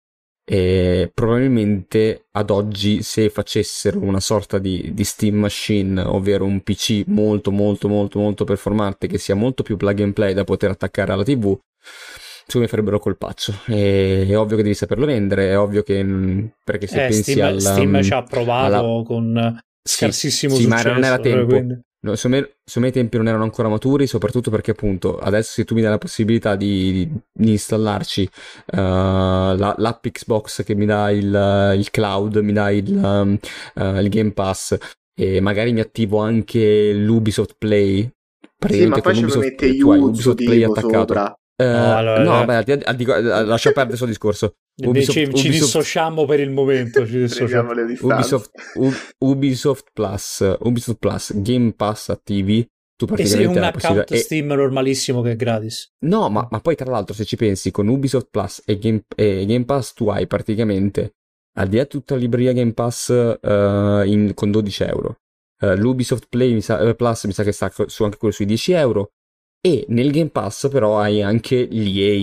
e probabilmente ad oggi, se facessero una sorta di, di Steam Machine, ovvero un P C molto molto molto molto performante, che sia molto più plug and play da poter attaccare alla tivù, secondo me farebbero colpaccio. E, è ovvio che devi saperlo vendere, è ovvio che, perché se eh, pensi Steam, alla Steam ci ha provato alla... con scarsissimo sì, successo, sì, ma non era tempo. Quindi... no, secondo me, secondo me i tempi non erano ancora maturi, soprattutto perché appunto adesso, se tu mi dai la possibilità di, di, di installarci uh, la, l'app Xbox, che mi dà il, il cloud, mi dà il, um, uh, il Game Pass, e magari mi attivo anche l'Ubisoft Play, sì, ma poi ci mette Ubisoft Play attaccato. Sopra. Uh, no, allora, no vabbè, al di, al, lascia perdere il suo discorso. Ubisoft, ci, Ubisoft, ci dissociamo per il momento. Ci dissociamo. Ubisoft, U, Ubisoft Plus, Ubisoft Plus, Game Pass attivi. Tu praticamente e un account Steam e... normalissimo che è gratis. No, ma, ma poi tra l'altro, se ci pensi, con Ubisoft Plus e Game, e Game Pass, tu hai praticamente al di là tutta la libreria Game Pass uh, in, con dodici euro. Uh, L'Ubisoft Play mi sa, uh, Plus mi sa che sta su anche quello sui dieci euro. E nel Game Pass però hai anche l'E A,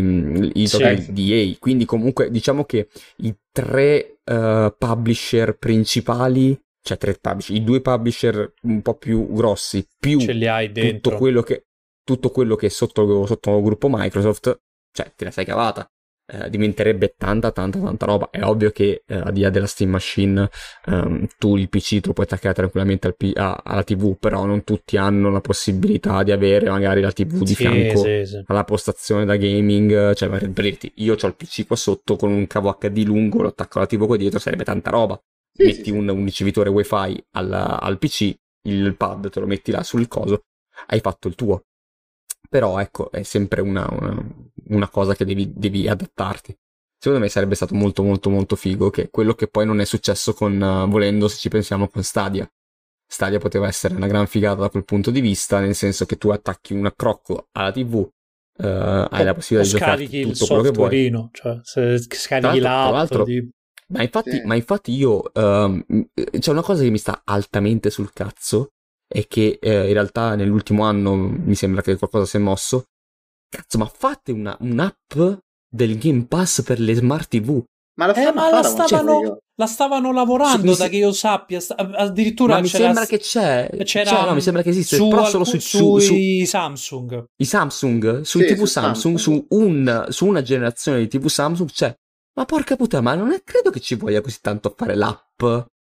i giochi sì. di E A, quindi comunque diciamo che i tre uh, publisher principali, cioè tre publisher, i due publisher un po' più grossi, più ce li hai dentro. tutto quello che tutto quello che è sotto, sotto il gruppo Microsoft, cioè te la sei cavata. Eh, diventerebbe tanta tanta tanta roba. È ovvio che eh, al di là della Steam Machine um, tu il P C te lo puoi attaccare tranquillamente al P- a- alla tivù, però non tutti hanno la possibilità di avere magari la tivù di sì, fianco sì, sì. alla postazione da gaming, cioè per dirti io ho il P C qua sotto con un cavo H D lungo, lo attacco alla tivù qua dietro, sarebbe tanta roba. Sì, metti sì, un, un ricevitore wifi al, al P C, il pad te lo metti là sul coso, hai fatto il tuo. Però ecco, è sempre una, una, una cosa che devi, devi adattarti. Secondo me sarebbe stato molto molto molto figo, che quello che poi non è successo con, uh, volendo se ci pensiamo, con Stadia. Stadia poteva essere una gran figata da quel punto di vista, nel senso che tu attacchi un crocco alla tivù, uh, hai la possibilità di giocare tutto quello che vuoi. Cioè, se scarichi l'app... Tra l'altro, di... ma, infatti, sì. ma infatti io... Um, c'è una cosa che mi sta altamente sul cazzo, e che eh, in realtà nell'ultimo anno mi sembra che qualcosa si è mosso. Cazzo, ma fate una, un'app del Game Pass per le smart tivù. Ma, la, eh, ma la, stavano, la stavano lavorando su, da che io sappia. Addirittura ma mi sembra la, che c'è. C'era, c'è no, mi sembra che esiste. Su, però solo su, su, sui su, Samsung. I Samsung, sui sì, tivù Samsung, Samsung, su, un, su una generazione di tivù Samsung c'è. Ma porca puttana, ma non è, credo che ci voglia così tanto fare l'app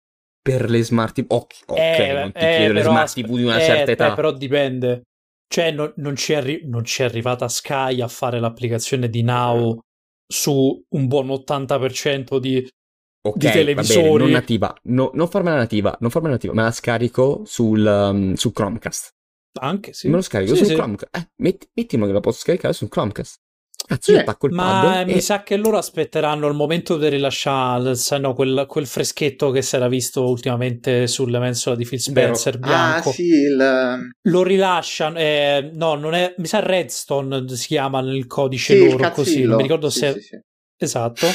per le smart tivù. Ok, okay eh, non ti eh, chiedo le smart tivù di una eh, certa età. Eh, però dipende. Cioè, no, non, ci arri- non ci è arrivata Sky a fare l'applicazione di Now su un buon ottanta per cento di, okay, di televisori. Va bene, non nativa. No, non farmela nativa, non farmela nativa, me la scarico sul, um, su Chromecast. Anche, sì. Me lo scarico sì, su sì. Chromecast. Eh, metti, mettimi che la posso scaricare su Chromecast. Cazzo, io attacco il ma pad mi e... sa che loro aspetteranno il momento di rilasciare se no, quel, quel freschetto che si era visto ultimamente sulle mensole di Phil Spencer Vero. bianco. Ah, sì, il... lo rilasciano. Eh, no, non è. Mi sa Redstone si chiama nel codice sì, loro così. Non mi ricordo sì, se. Sì, sì. Esatto.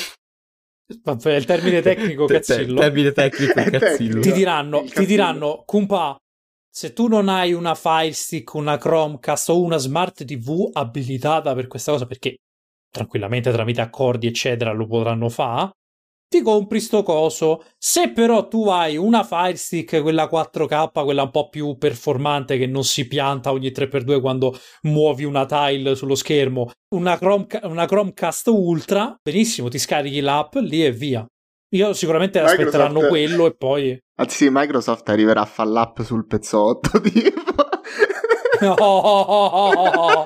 Vabbè, il termine tecnico cazzillo. termine tecnico cazzillo. Ti diranno, ti diranno, compa, se tu non hai una Fire Stick, una Chromecast o una Smart tivù abilitata per questa cosa, perché tranquillamente tramite accordi eccetera lo potranno fare, ti compri sto coso. Se però tu hai una Fire Stick, quella quattro K, quella un po' più performante che non si pianta ogni tre per due quando muovi una tile sullo schermo, una, Chrome, una Chromecast Ultra, benissimo, ti scarichi l'app lì e via. Io sicuramente Microsoft... aspetteranno quello e poi... Anzi, Microsoft arriverà a fare l'app sul pezzotto, tipo... No, oh, oh, oh.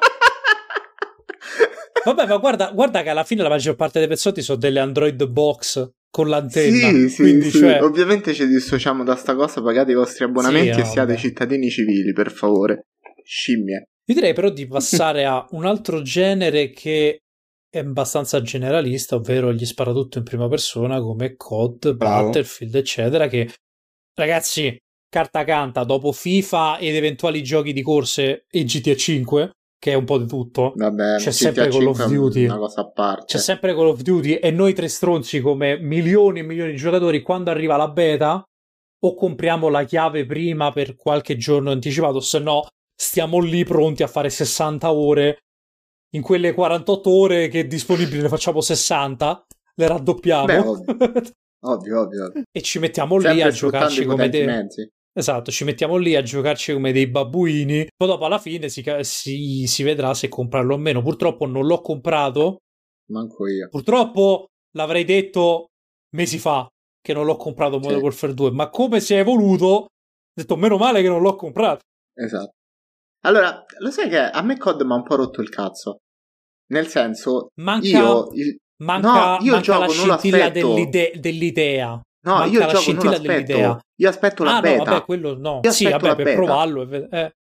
Vabbè, ma guarda, guarda che alla fine la maggior parte dei pezzotti sono delle Android box con l'antenna. Sì, sì, quindi, sì. Cioè... Ovviamente ci dissociamo da sta cosa, pagate i vostri abbonamenti sì, e siate cittadini civili, per favore. Scimmie. Io direi però di passare a un altro genere che è abbastanza generalista, ovvero gli sparatutto in prima persona come C O D, Bravo. Battlefield, eccetera, che ragazzi, carta canta, dopo FIFA ed eventuali giochi di corse e G T A cinque, che è un po' di tutto, vabbè, c'è sempre Call of Duty, una cosa a parte. C'è sempre Call of Duty e noi tre stronzi come milioni e milioni di giocatori, quando arriva la beta o compriamo la chiave prima per qualche giorno anticipato, se no stiamo lì pronti a fare sessanta ore. In quelle quarantotto ore che è disponibile ne facciamo sessanta, le raddoppiamo. Beh, ovvio. ovvio, ovvio, ovvio. E ci mettiamo lì sempre a giocarci come dei mezzi. Esatto, ci mettiamo lì a giocarci come dei babbuini. Poi dopo alla fine si, si, si vedrà se comprarlo o meno. Purtroppo non l'ho comprato. Manco io. Purtroppo l'avrei detto mesi fa che non l'ho comprato Modern sì. Warfare due, ma come si è evoluto, ho detto meno male che non l'ho comprato. Esatto. Allora, lo sai che a me C O D mi ha un po' rotto il cazzo. Nel senso, manca, io il... manca, no, io manca la scintilla dell'ide- dell'idea. No, manca io il la gioco non l'aspetto. dell'idea. Io aspetto la ah, beta. No, vabbè, quello no. Io sì, vabbè, per beta. provarlo. Eh.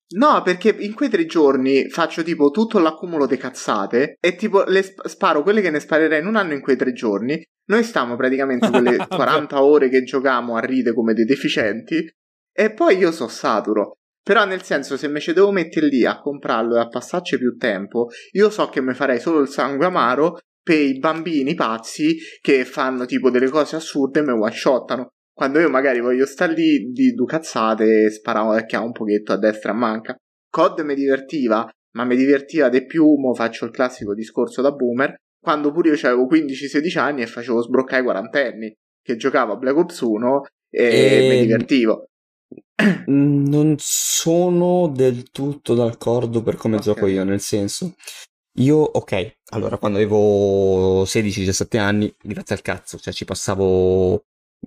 No, perché in quei tre giorni faccio tipo tutto l'accumulo di cazzate e tipo le sp- sparo quelle che ne sparerei in un anno in quei tre giorni. Noi stiamo praticamente quelle quaranta ore che giochiamo a ride come dei deficienti e poi io so saturo. Però nel senso, se me ci devo mettere lì a comprarlo e a passarci più tempo, io so che mi farei solo il sangue amaro per i bambini pazzi che fanno tipo delle cose assurde e me one-shottano. Quando io magari voglio stare lì di due cazzate e sparavo a un pochetto a destra e a manca. C O D mi divertiva, ma mi divertiva di più, mo faccio il classico discorso da boomer, quando pure io avevo quindici sedici anni e facevo sbroccare i quarantenni, che giocavo a Black Ops uno e, e... mi divertivo. Non sono del tutto d'accordo per come okay. gioco io, nel senso, io, ok, allora quando avevo sedici diciassette anni, grazie al cazzo, cioè ci passavo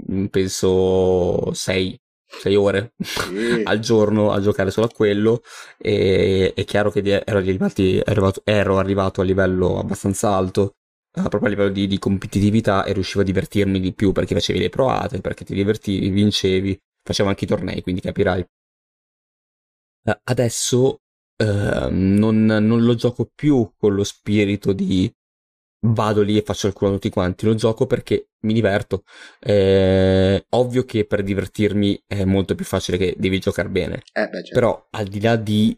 penso sei ore sì. al giorno a giocare solo a quello e è chiaro che ero arrivati, ero arrivato, ero arrivato a livello abbastanza alto, uh, proprio a livello di, di competitività, e riuscivo a divertirmi di più perché facevi le proate, perché ti divertivi, vincevi, facevo anche i tornei, quindi capirai. Uh, adesso uh, non, non lo gioco più con lo spirito di vado lì e faccio il culo a tutti quanti, lo gioco perché mi diverto. Eh, ovvio che per divertirmi è molto più facile che devi giocare bene, eh beh, certo. Però al di là di,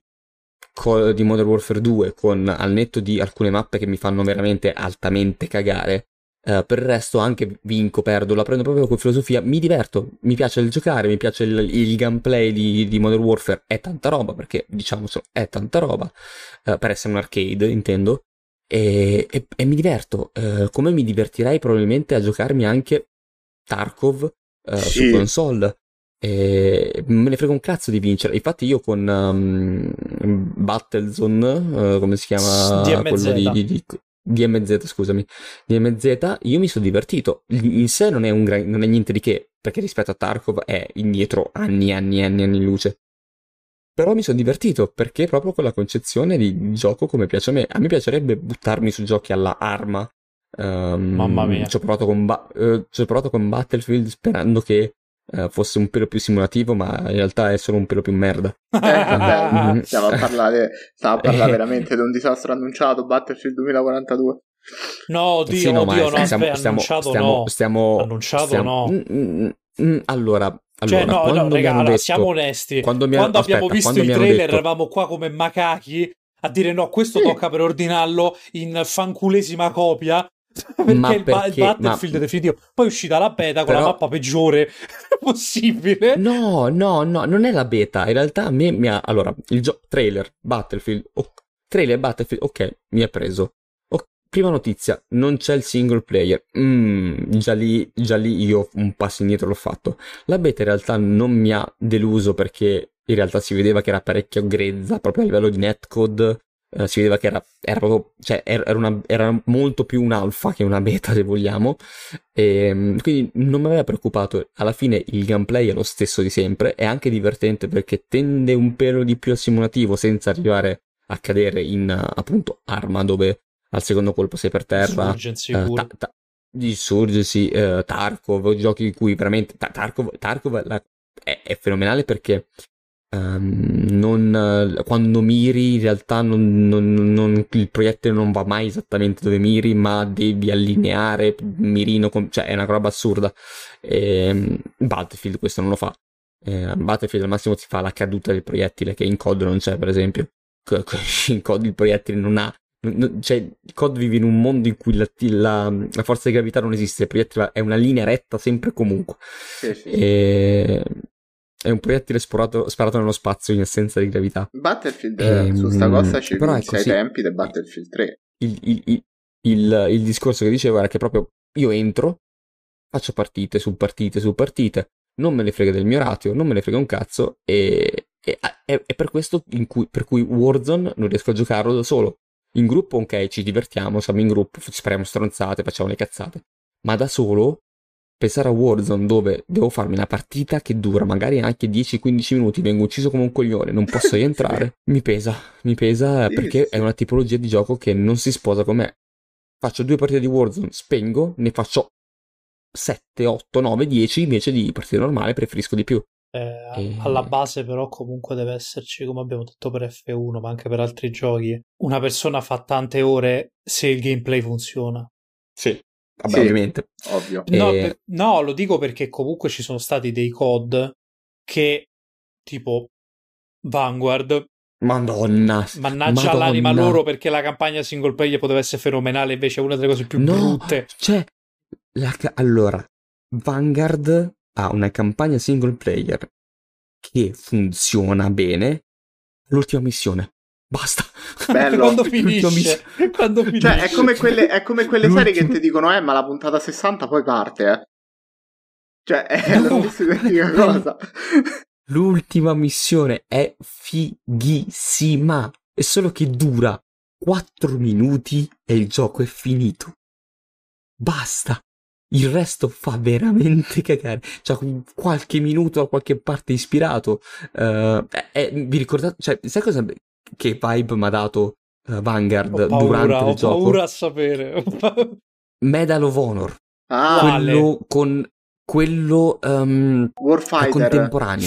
di Modern Warfare due, con al netto di alcune mappe che mi fanno veramente altamente cagare, eh, per il resto anche vinco, perdo, la prendo proprio con filosofia, mi diverto, mi piace il giocare, mi piace il, il gameplay di, di Modern Warfare, è tanta roba, perché diciamocelo, è tanta roba, eh, per essere un arcade intendo. E, e, e mi diverto, uh, come mi divertirei probabilmente a giocarmi anche Tarkov uh, sì. su console. E me ne frega un cazzo di vincere. Infatti io con um, Battlezone, uh, come si chiama? D M Z. Quello di, di, di D M Z, scusami, D M Z, io mi sono divertito. In sé non è, un gran, non è niente di che, perché rispetto a Tarkov è indietro anni, anni, anni, anni luce. Però mi sono divertito perché proprio con la concezione di gioco come piace a me. A me piacerebbe buttarmi su giochi alla arma. Um, Mamma mia. Ci ho provato con, ba- uh, ci ho provato con Battlefield sperando che uh, fosse un pelo più simulativo, ma in realtà è solo un pelo più merda. Eh, vabbè, stiamo a parlare, stiamo a parlare veramente di un disastro annunciato, Battlefield duemilaquarantadue. No, oddio, sì, no, oddio, no, stiamo, aspetta, stiamo, annunciato stiamo, no. Stiamo, annunciato stiamo, no. Mm, mm, mm, allora... Cioè, allora, no, no, raga, allora, detto, siamo onesti. Quando, mi quando aspetta, abbiamo visto quando i trailer detto... eravamo qua come macachi a dire no, questo sì. tocca per ordinarlo in fanculesima copia. Perché, ma il, perché il Battlefield ma... definitivo. Poi è uscita la beta con Però... la mappa peggiore possibile. No, no, no, non è la beta. In realtà a me mi ha... Allora, il gio... trailer, Battlefield, oh, trailer, Battlefield, ok, mi ha preso. Prima notizia, non c'è il single player. Mm, già lì, già lì io un passo indietro l'ho fatto. La beta in realtà non mi ha deluso perché in realtà si vedeva che era parecchio grezza, proprio a livello di netcode. Eh, si vedeva che era, era proprio, cioè era, una, era molto più un'alfa che una beta, se vogliamo. E, quindi non mi aveva preoccupato. Alla fine il gameplay è lo stesso di sempre. È anche divertente perché tende un pelo di più al simulativo senza arrivare a cadere in appunto arma dove al secondo colpo sei per terra, uh, ta- ta- di Insurgency, uh, Tarkov, giochi in cui veramente ta- Tarkov, Tarkov la- è, è fenomenale perché um, non, uh, quando miri in realtà non, non, non, il proiettile non va mai esattamente dove miri, ma devi allineare mirino, con, cioè è una roba assurda. E, Battlefield questo non lo fa. Eh, Battlefield al massimo si fa la caduta del proiettile, che in C O D non c'è, per esempio. In C O D il proiettile non ha, cioè il C O D vive in un mondo in cui la, la, la forza di gravità non esiste, il proiettile è una linea retta sempre comunque. Sì, sì, e... è un proiettile sparato, sparato nello spazio in assenza di gravità. Battlefield e, su sta cosa ci pensi ai sì, tempi del Battlefield tre. Il, il, il, il, il discorso che dicevo era che proprio io entro, faccio partite su partite su partite, non me ne frega del mio ratio, non me ne frega un cazzo, e è, è, è per questo in cui, per cui Warzone non riesco a giocarlo da solo. In gruppo, ok, ci divertiamo, siamo in gruppo, spariamo stronzate, facciamo le cazzate. Ma da solo, pensare a Warzone dove devo farmi una partita che dura magari anche dieci quindici minuti, vengo ucciso come un coglione, non posso rientrare, mi pesa, mi pesa sì, perché sì. È una tipologia di gioco che non si sposa con me. Faccio due partite di Warzone, spengo, ne faccio sette, otto, nove, dieci, invece di partite normali preferisco di più. Eh, E... alla base però comunque deve esserci, come abbiamo detto per F uno, ma anche per altri giochi, una persona fa tante ore se il gameplay funziona. Sì, vabbè, sì, ovviamente. Ovvio. No, E... per, no, lo dico perché comunque ci sono stati dei C O D che, tipo Vanguard, Madonna, mannaggia Madonna. l'anima loro, perché la campagna single player poteva essere fenomenale, invece è una delle cose più no, brutte. Cioè, la ca- allora, Vanguard ha una campagna single player che funziona bene. L'ultima missione. Basta. Bello. Quando finisce. Quando finisce. Cioè, è come quelle, è come quelle serie che ti dicono, eh, ma la puntata sessanta poi parte, eh. Cioè, è No, la stessa identica cosa. L'ultima missione è fighissima. È solo che dura quattro minuti e il gioco è finito. Basta. Il resto fa veramente cagare. Cioè, qualche minuto da qualche parte ispirato. Uh, eh, vi ricordate? Cioè, sai cosa? Che vibe mi ha dato uh, Vanguard ho paura, durante il ho gioco? Ho paura a sapere. Medal of Honor. Ah, quello con quello um, Warfighter contemporaneo.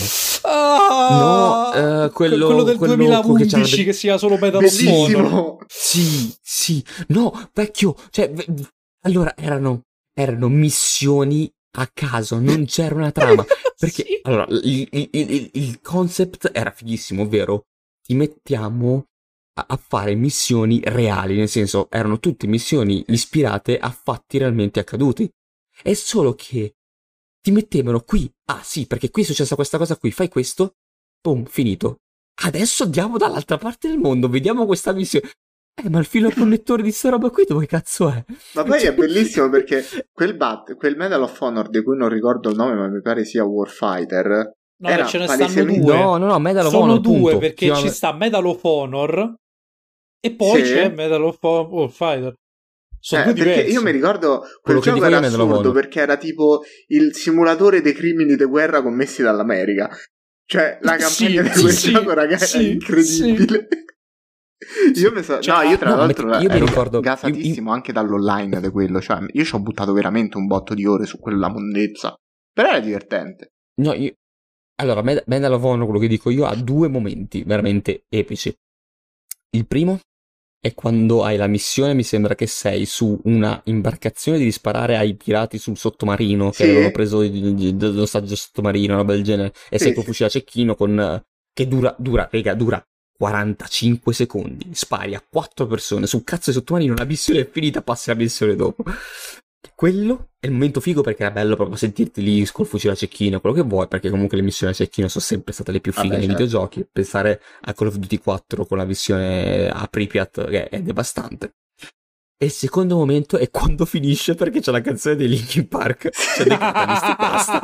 Ah, no, uh, quello, quello del quello duemilaundici che, che sia solo Medal of Honor. Sì, sì. No, vecchio. Cioè, allora erano erano missioni a caso, non c'era una trama. Perché sì. allora il, il, il, il concept era fighissimo, ovvero ti mettiamo a, a fare missioni reali, nel senso erano tutte missioni ispirate a fatti realmente accaduti. È solo che ti mettevano qui, ah sì, perché qui è successa questa cosa qui, fai questo, boom, finito. Adesso andiamo dall'altra parte del mondo, vediamo questa missione. Eh, ma il filo connettore di sta roba qui dove cazzo è? Ma poi è bellissimo perché quel bat, quel Medal of Honor di cui non ricordo il nome, ma mi pare sia Warfighter. No, era ce ne palesemente... stanno due. No, no, no, Medal of Sono Honor, due, punto. perché Chiama... ci sta Medal of Honor e poi sì. c'è Medal of Warfighter. Sono eh, due perché diversi. io mi ricordo quel Quello gioco che era dico io assurdo perché era tipo il simulatore dei crimini di guerra commessi dall'America. Cioè la campagna sì, di quel sì, gioco, ragazzi, sì, era incredibile. Sì. Io mi so... cioè, no, io tra no, l'altro io mi ero ricordo gasatissimo io, io... anche dall'online di quello. Cioè, io ci ho buttato veramente un botto di ore su quella monnezza. Però era divertente. No, io... Allora, Medal of Honor, quello che dico io, ha due momenti veramente epici. Il primo è quando hai la missione, mi sembra che sei su una imbarcazione, devi sparare ai pirati sul sottomarino, sì. che avevano preso l'ostaggio sottomarino, una roba del genere, e sì, sei col sì. fucile a cecchino con... che dura, dura, raga, dura quarantacinque secondi, spari a quattro persone sul cazzo di sottomarino, la missione è finita, passi la missione dopo. Quello è il momento figo perché era bello proprio sentirti lì col fucile a cecchino, quello che vuoi, perché comunque le missioni a cecchino sono sempre state le più fighe Vabbè, nei certo. videogiochi. Pensare a Call of Duty quattro con la missione a Pripyat che è devastante. E il secondo momento è quando finisce perché c'è la canzone dei Linkin Park, c'è dei catalisti, basta.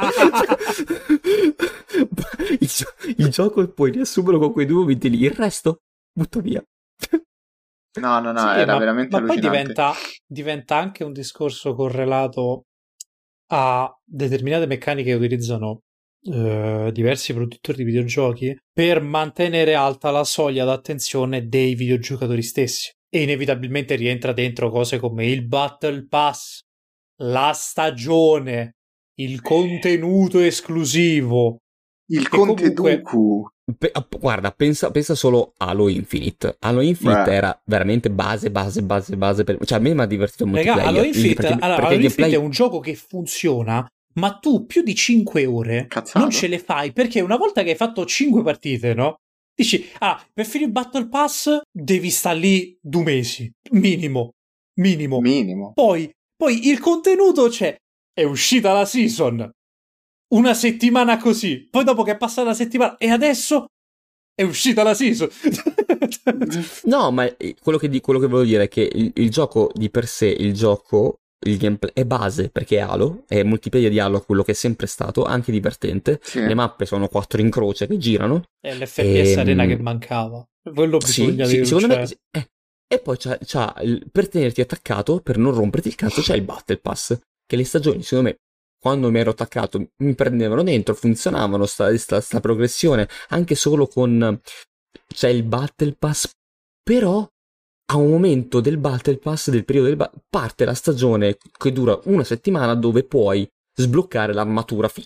il, gio- il gioco puoi riassumerlo con quei due momenti lì, il resto butto via. No, no, no, sì, era ma, veramente ma poi allucinante. diventa, diventa anche un discorso correlato a determinate meccaniche che utilizzano eh, diversi produttori di videogiochi per mantenere alta la soglia d'attenzione dei videogiocatori stessi. E inevitabilmente rientra dentro cose come il Battle Pass, la stagione, il contenuto esclusivo. Il comunque... contenuto. Pe- guarda, pensa, pensa solo a Halo Infinite. Halo Infinite Beh. era veramente base, base, base, base. Per... Cioè, a me mi ha divertito molto. Raga, Halo Infinite, perché, allora, perché Halo il Infinite gameplay... è un gioco che funziona, ma tu più di cinque ore Cazzato. non ce le fai, perché una volta che hai fatto cinque partite, no? Dici, ah, per finire il Battle Pass devi stare lì due mesi, minimo, minimo. Minimo. Poi, poi il contenuto c'è, è uscita la season, una settimana così, poi dopo che è passata la settimana, e adesso è uscita la season. No, ma quello che, di, quello che voglio dire è che il, il gioco di per sé, il gioco, il gameplay è base, perché è Halo, è multiplayer di Halo, quello che è sempre stato, anche divertente. Sì. Le mappe sono quattro in croce che girano. È l'F P S e, arena che mancava. Quello bisogna sì, dire. sì, secondo cioè... me... Eh, e poi c'ha, c'ha il, per tenerti attaccato, per non romperti il cazzo, c'è il Battle Pass, che le stagioni, secondo me, quando mi ero attaccato, mi prendevano dentro, funzionavano, sta, sta, sta progressione, anche solo con... C'è il Battle Pass, però a un momento del Battle Pass, del periodo del ba- parte la stagione che dura una settimana dove puoi sbloccare l'armatura figa.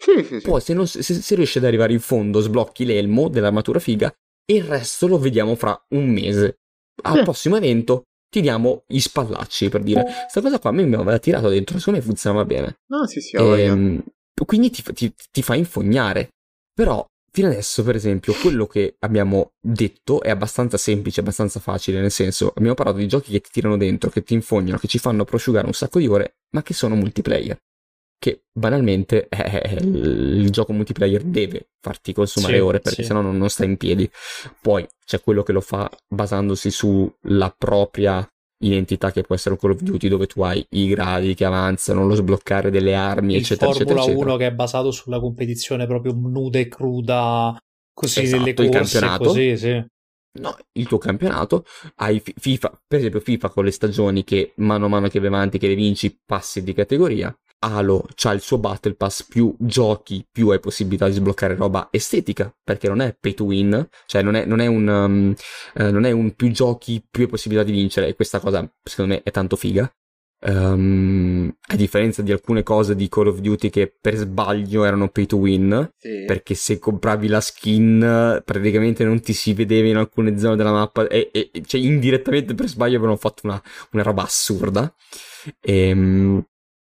Sì, sì, sì. Poi se, non, se, se riesci ad arrivare in fondo, sblocchi l'elmo dell'armatura figa e il resto lo vediamo fra un mese. Al Sì. prossimo evento ti diamo gli spallacci, per dire. Sta cosa qua a me mi aveva tirato dentro, secondo me funzionava bene. No, sì, sì, e, quindi ti, ti, ti fa infognare. Però fino adesso, per esempio, quello che abbiamo detto è abbastanza semplice, abbastanza facile, nel senso, abbiamo parlato di giochi che ti tirano dentro, che ti infognano, che ci fanno prosciugare un sacco di ore, ma che sono multiplayer. Che banalmente eh, il gioco multiplayer deve farti consumare sì, ore, perché sì. sennò non, non sta in piedi. Poi c'è quello che lo fa basandosi sulla propria identità, che può essere un Call of Duty, dove tu hai i gradi che avanzano, lo sbloccare delle armi, il eccetera, Formula eccetera, eccetera. uno che è basato sulla competizione proprio nuda e cruda, così, Esatto, delle il corse, campionato. così, sì. No, il tuo campionato, hai FIFA, per esempio FIFA con le stagioni che mano a mano che vai avanti, che le vinci, passi di categoria. Halo c'ha il suo Battle Pass, più giochi, più hai possibilità di sbloccare roba estetica, perché non è pay to win, cioè non è, non è un um, eh, non è un più giochi, più hai possibilità di vincere, e questa cosa secondo me è tanto figa. Um, a differenza di alcune cose di Call of Duty che per sbaglio erano pay to win, sì. Perché se compravi la skin praticamente non ti si vedeva in alcune zone della mappa, e, e cioè indirettamente per sbaglio avevano fatto una, una roba assurda. Ehm,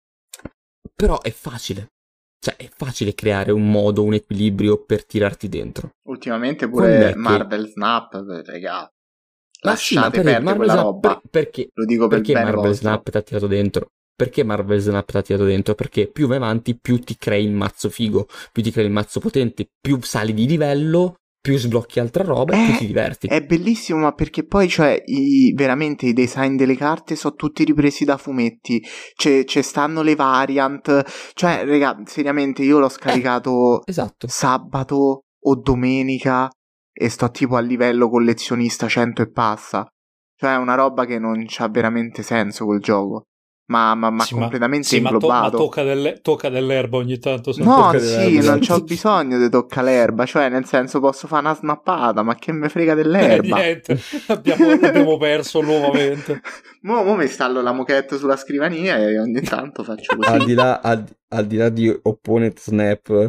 però è facile, cioè è facile creare un modo, un equilibrio per tirarti dentro. Ultimamente pure Quando è Marvel che... Snap, regà, Ma sì, ma lasciate per perdere Marvel quella Snap, roba. per, perché, Lo dico per perché bene Marvel vostro. Snap ti ha tirato dentro? Perché Marvel Snap ti ha tirato dentro? Perché più vai avanti, più ti crei il mazzo figo, più ti crei il mazzo potente, più sali di livello, più sblocchi altra roba e è, più ti diverti. È bellissimo, ma perché poi, cioè, i, veramente i design delle carte sono tutti ripresi da fumetti. C'è, c'è stanno le variant. Cioè, raga, seriamente, io l'ho scaricato eh, esatto. sabato o domenica e sto tipo a livello collezionista cento e passa. Cioè, è una roba che non c'ha veramente senso quel gioco. Ma, ma, ma sì, completamente sì, inglobato. Ma, to- ma tocca, delle, tocca dell'erba ogni tanto. No, sì, non c'ho bisogno di toccare l'erba. Cioè, nel senso, posso fare una snappata, ma che me frega dell'erba? Eh, niente, abbiamo, abbiamo perso nuovamente. mo, mo mi installo la moquette sulla scrivania e ogni tanto faccio così. Al di là, al, al di là di Opponent Snap,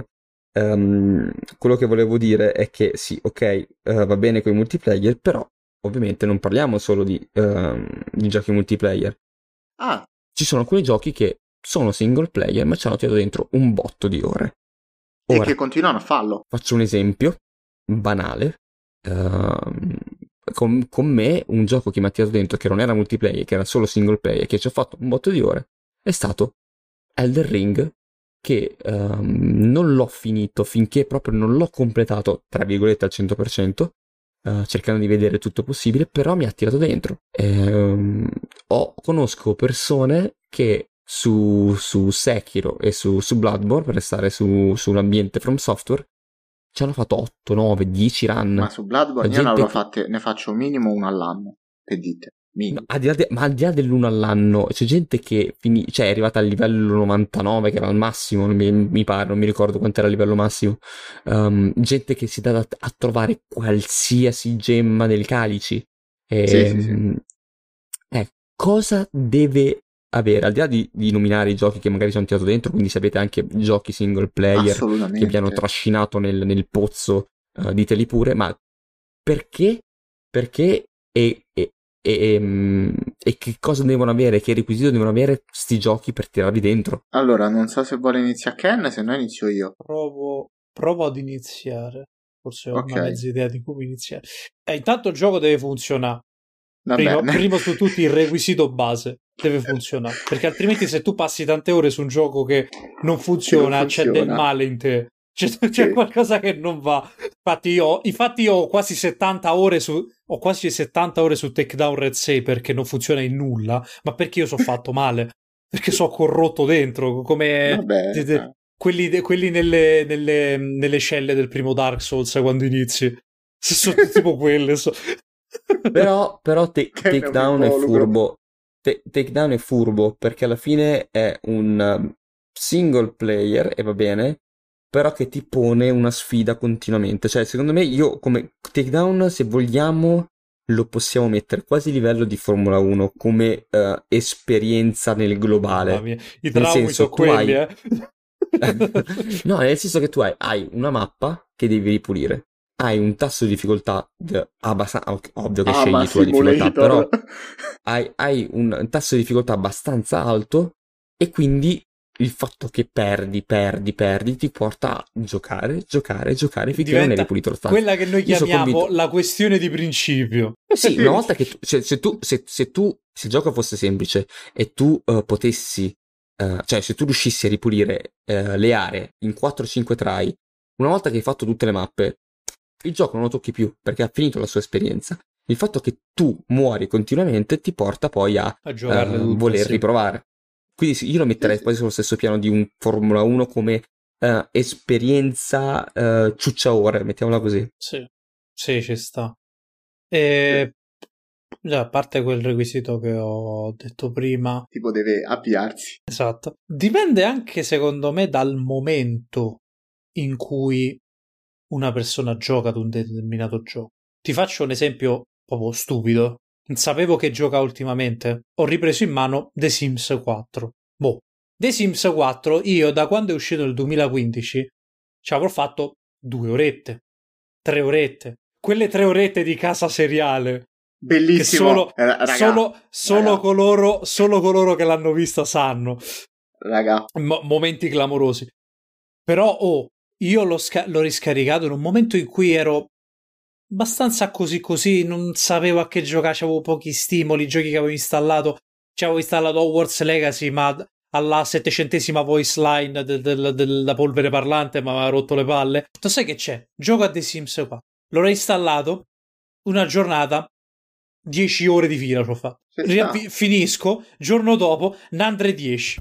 um, quello che volevo dire è che sì, ok, uh, va bene con i multiplayer, però ovviamente non parliamo solo di, uh, di giochi multiplayer. Ah. Ci sono alcuni giochi che sono single player, ma ci hanno tirato dentro un botto di ore. Ora, e che continuano a farlo. Faccio un esempio banale. Uh, con, con me, un gioco che mi ha tirato dentro, che non era multiplayer, che era solo single player, che ci ha fatto un botto di ore, è stato Elden Ring, che um, non l'ho finito finché proprio non l'ho completato, tra virgolette, al cento per cento, uh, cercando di vedere tutto possibile, però mi ha tirato dentro. E, um, ho, conosco persone che su, su Sekiro e su, su Bloodborne, per restare su, sull'ambiente From Software, ci hanno fatto otto, nove, dieci run. Ma su Bloodborne io ne avrò fatte, ne faccio minimo uno all'anno, che dite? No, al di là de- ma al di là dell'uno all'anno, c'è gente che fini- cioè è arrivata al livello novantanove, che era al massimo, mi, mi pare, non mi ricordo quanto era il livello massimo. Um, gente che si dà a, a trovare qualsiasi gemma del calici. E, sì, sì, sì. Eh, cosa deve avere, al di là di, di nominare i giochi che magari sono tirato dentro, quindi sapete anche giochi single player che vi hanno trascinato nel, nel pozzo, uh, diteli pure, ma perché? Perché e, e E, e, e che cosa devono avere, che requisito devono avere sti giochi per tirarli dentro? Allora, non so se vuole iniziare Ken, se no inizio io. Provo, provo ad iniziare. Forse ho okay. una mezza idea di come iniziare. E intanto il gioco deve funzionare. Prima, prima su tutti il requisito base deve funzionare. Perché altrimenti se tu passi tante ore su un gioco che non funziona, non funziona. C'è del male in te. C'è, c'è sì. qualcosa che non va. Infatti io, infatti io ho quasi settanta ore su ho quasi settanta ore su Takedown Red sei perché non funziona in nulla, ma perché io sono fatto male, perché sono corrotto dentro, come Vabbè, de, de, quelli, de, quelli nelle, nelle, nelle celle del primo Dark Souls quando inizi. Sono tipo quelle. So. Però, però te, Takedown è furbo. Te, Takedown è furbo perché alla fine è un single player e va bene, però che ti pone una sfida continuamente. Cioè, secondo me, io come Takedown, se vogliamo, lo possiamo mettere quasi a livello di Formula uno come uh, esperienza nel globale. I traumi sono quelli, hai... eh. No, nel senso che tu hai, hai una mappa che devi ripulire. Hai un tasso di difficoltà d- abbastanza, ovvio che ah, scegli tu la difficoltà, però hai, hai un tasso di difficoltà abbastanza alto e quindi il fatto che perdi, perdi, perdi ti porta a giocare, giocare, giocare finché diventa non hai ripulito lo stanza. Quella che noi chiamiamo la questione di principio. Sì, una volta che tu, cioè, se tu, se, se tu, se il gioco fosse semplice e tu uh, potessi, uh, cioè se tu riuscissi a ripulire uh, le aree in quattro cinque try, una volta che hai fatto tutte le mappe, il gioco non lo tocchi più perché ha finito la sua esperienza. Il fatto che tu muori continuamente ti porta poi a, a giocarle uh, tutte, voler sì. riprovare. Quindi sì, io lo metterei quasi sullo stesso piano di un Formula uno come uh, esperienza uh, ciuccia ore, mettiamola così. Sì, sì, ci sta. E a parte quel requisito che ho detto prima, tipo deve avviarsi. Esatto. Dipende anche secondo me dal momento in cui una persona gioca ad un determinato gioco. Ti faccio un esempio proprio stupido. Non sapevo che gioca ultimamente. Ho ripreso in mano The Sims quattro. Boh. The Sims quattro, io da quando è uscito nel duemilaquindici ci avrò fatto due orette, tre orette. Quelle tre orette di casa seriale. Bellissimo. Solo, eh, raga, solo, solo, raga. coloro, solo coloro che l'hanno vista sanno. Raga. Mo- momenti clamorosi. Però, oh, io l'ho, sca- l'ho riscaricato in un momento in cui ero abbastanza così così, non sapevo a che giocare, avevo pochi stimoli, i giochi che avevo installato, ci avevo installato Hogwarts Legacy, ma alla settecentesima voice line de- de- de- della polvere parlante mi aveva rotto le palle. Tu sai che c'è? Gioco a The Sims qua. L'ho reinstallato, una giornata, dieci ore di fila ci ho fatto. Riavvi- finisco, giorno dopo, ne andre dieci.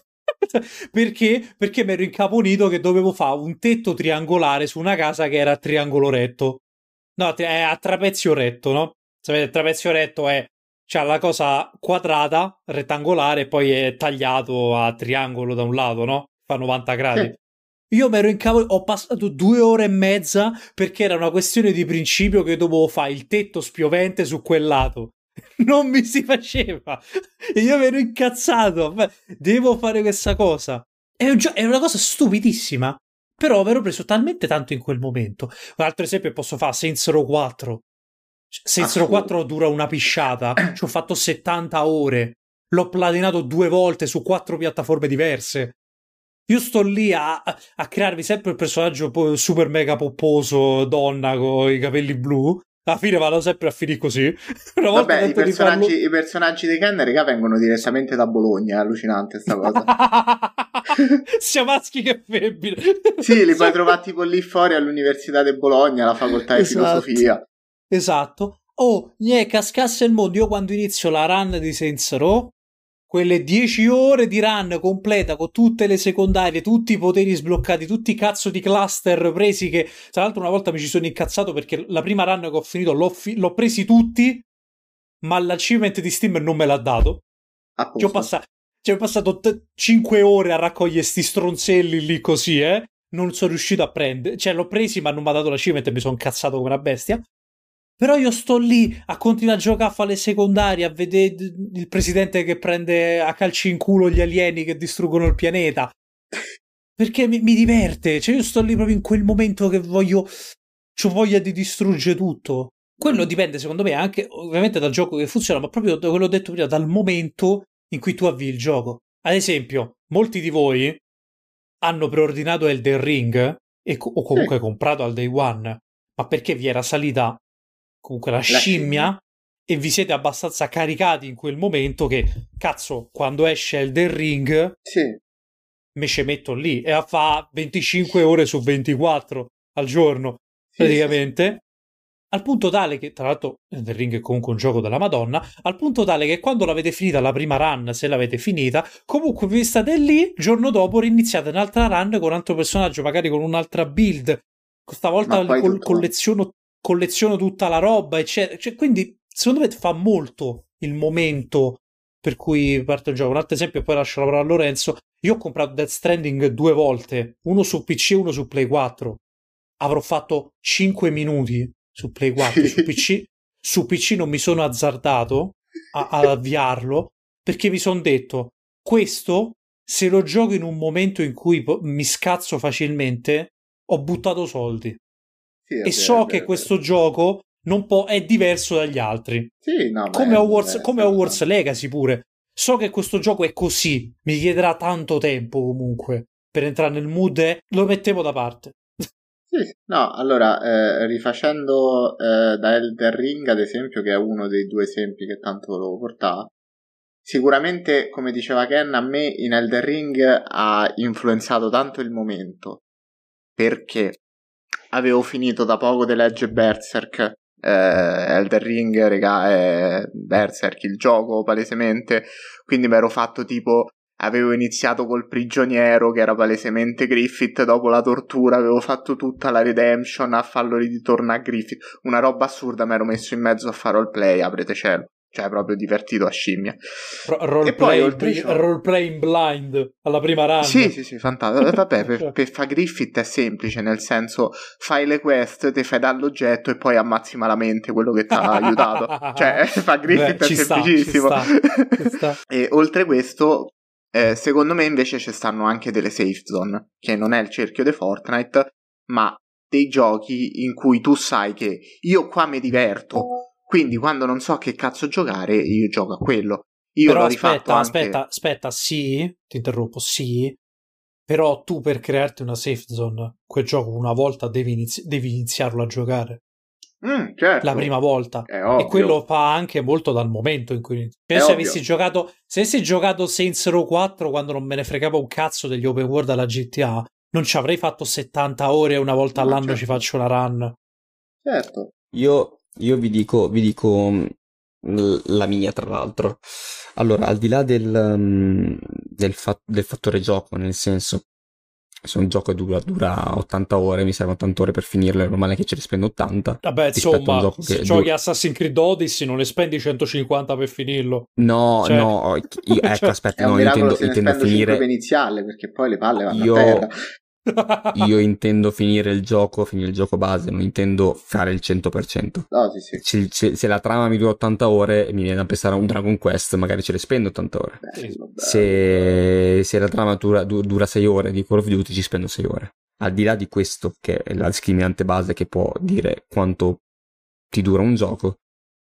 Perché? Perché mi ero incaponito che dovevo fare un tetto triangolare su una casa che era a triangolo retto. No, è a trapezio retto, no? Sapete, il trapezio retto è c'ha la cosa quadrata, rettangolare, e poi è tagliato a triangolo da un lato, no? Fa novanta gradi. Sì. Io mi ero incaponito, ho passato due ore e mezza perché era una questione di principio che dovevo fare il tetto spiovente su quel lato. Non mi si faceva e io mi ero incazzato. Devo fare questa cosa. È, un gio- è una cosa stupidissima, però mi ero preso talmente tanto in quel momento. Un altro esempio posso fare Saints Row quattro. Saints Row quattro dura una pisciata. Ci ho fatto settanta ore. L'ho platinato due volte su quattro piattaforme diverse. Io sto lì a, a crearvi sempre il personaggio super mega popposo, donna con i capelli blu. Alla fine vado sempre a finire così. Una volta Vabbè, i personaggi, farlo... i personaggi dei Ken, raga, vengono direttamente da Bologna. È allucinante sta cosa. Sia maschi che femmine. Sì, li puoi trovare tipo lì fuori all'Università di Bologna, alla facoltà di esatto. filosofia. Esatto. Oh, niente, cascasse il mondo. Io quando inizio la run di Saints Row, quelle dieci ore di run completa con tutte le secondarie, tutti i poteri sbloccati, tutti i cazzo di cluster presi, che tra l'altro una volta mi ci sono incazzato perché la prima run che ho finito l'ho, fi- l'ho presi tutti, ma l'achievement di Steam non me l'ha dato. Ci ho passato, ci ho passato t- cinque ore a raccogliere sti stronzelli lì così, eh. Non sono riuscito a prendere, cioè l'ho presi ma non mi ha dato l'achievement e mi sono incazzato come una bestia. Però io sto lì a continuare a giocare a fare le secondarie, a vedere il presidente che prende a calci in culo gli alieni che distruggono il pianeta. Perché mi, mi diverte. Cioè io sto lì proprio in quel momento che voglio... C'ho voglia di distruggere tutto. Quello dipende secondo me anche ovviamente dal gioco che funziona, ma proprio da quello detto prima, dal momento in cui tu avvii il gioco. Ad esempio, molti di voi hanno preordinato Elden Ring e, o comunque sì. comprato al day one, ma perché vi era salita comunque la, la scimmia, scimmia e vi siete abbastanza caricati in quel momento che cazzo quando esce Elden Ring sì. me ce metto lì e a fa venticinque ore su ventiquattro al giorno sì, praticamente sì. Al punto tale che tra l'altro Elden Ring è comunque un gioco della Madonna, al punto tale che quando l'avete finita la prima run, se l'avete finita, comunque vi state lì, giorno dopo riniziate un'altra run con un altro personaggio, magari con un'altra build, questa volta col- colleziono colleziono tutta la roba, eccetera. Cioè, quindi, secondo me, fa molto il momento per cui parte il gioco. Un altro esempio, poi lascio la parola a Lorenzo. Io ho comprato Death Stranding due volte, uno su P C e uno su Play quattro. Avrò fatto cinque minuti su Play quattro. Su P C, su P C non mi sono azzardato a, ad avviarlo perché mi sono detto: questo se lo gioco in un momento in cui po- mi scazzo facilmente, ho buttato soldi. Sì, e vero, so vero, che vero. questo gioco non può, è diverso dagli altri. Sì, no, come beh, Hogwarts, beh, come Hogwarts Legacy pure. So che questo gioco è così, mi chiederà tanto tempo comunque per entrare nel mood e lo mettevo da parte. Sì, no, allora, eh, rifacendo eh, da Elden Ring, ad esempio, che è uno dei due esempi che tanto volevo portare, sicuramente, come diceva Ken, a me in Elden Ring ha influenzato tanto il momento, perché avevo finito da poco The Legend Berserk, eh, Elden Ring, regà, è Berserk il gioco palesemente, quindi mi ero fatto tipo, avevo iniziato col prigioniero che era palesemente Griffith, dopo la tortura avevo fatto tutta la redemption a farlo ritornare a Griffith, una roba assurda, mi ero messo in mezzo a fare roleplay, aprete cielo. Cioè, proprio divertito a scimmia. Role e poi, play, oltre bl- ciò... roleplay blind alla prima run. Sì, sì, sì, fantastico. Vabbè, per, per fare Griffith è semplice, nel senso, fai le quest, te fai dall'oggetto e poi ammazzi malamente quello che ti ha aiutato. Cioè, fa Griffith Beh, è ci semplicissimo. Sta, ci sta, ci sta. E oltre questo, eh, secondo me invece ci stanno anche delle safe zone, che non è il cerchio di Fortnite, ma dei giochi in cui tu sai che io qua mi diverto, quindi quando non so che cazzo giocare, io gioco a quello. Io però l'ho aspetta, rifatto anche... aspetta, aspetta, sì, ti interrompo, sì, però tu per crearti una safe zone, quel gioco una volta devi, inizi- devi iniziarlo a giocare. Mm, certo. La prima volta. È ovvio. E quello fa anche molto dal momento in cui... Cioè, se avessi giocato, se avessi giocato Saints Row quattro quando non me ne fregava un cazzo degli open world alla G T A, non ci avrei fatto settanta ore e una volta no, all'anno certo. Ci faccio una run. Certo. Io, io vi dico, vi dico la mia, tra l'altro. Allora, al di là del, um, del, fa- del fattore gioco, nel senso, se un gioco dura, dura ottanta ore, mi servono ottanta ore per finirlo, è normale che ce ne spendo ottanta. Vabbè, insomma, se giochi dura... Assassin's Creed Odyssey non ne spendi centocinquanta per finirlo. No, cioè... no, io, ecco, cioè... aspetta, è no, un io intendo, se ne intendo finire... iniziale, perché poi le palle vanno io... a terra. Io intendo finire il gioco, finire il gioco base, non intendo fare il cento per cento. No, sì, sì. Se, se, se la trama mi dura ottanta ore e mi viene a pensare a un Dragon Quest, magari ce le spendo ottanta ore. Bello, bello, se, bello. se la trama dura, dura sei ore di Call of Duty, ci spendo sei ore. Al di là di questo, che è la discriminante base che può dire quanto ti dura un gioco,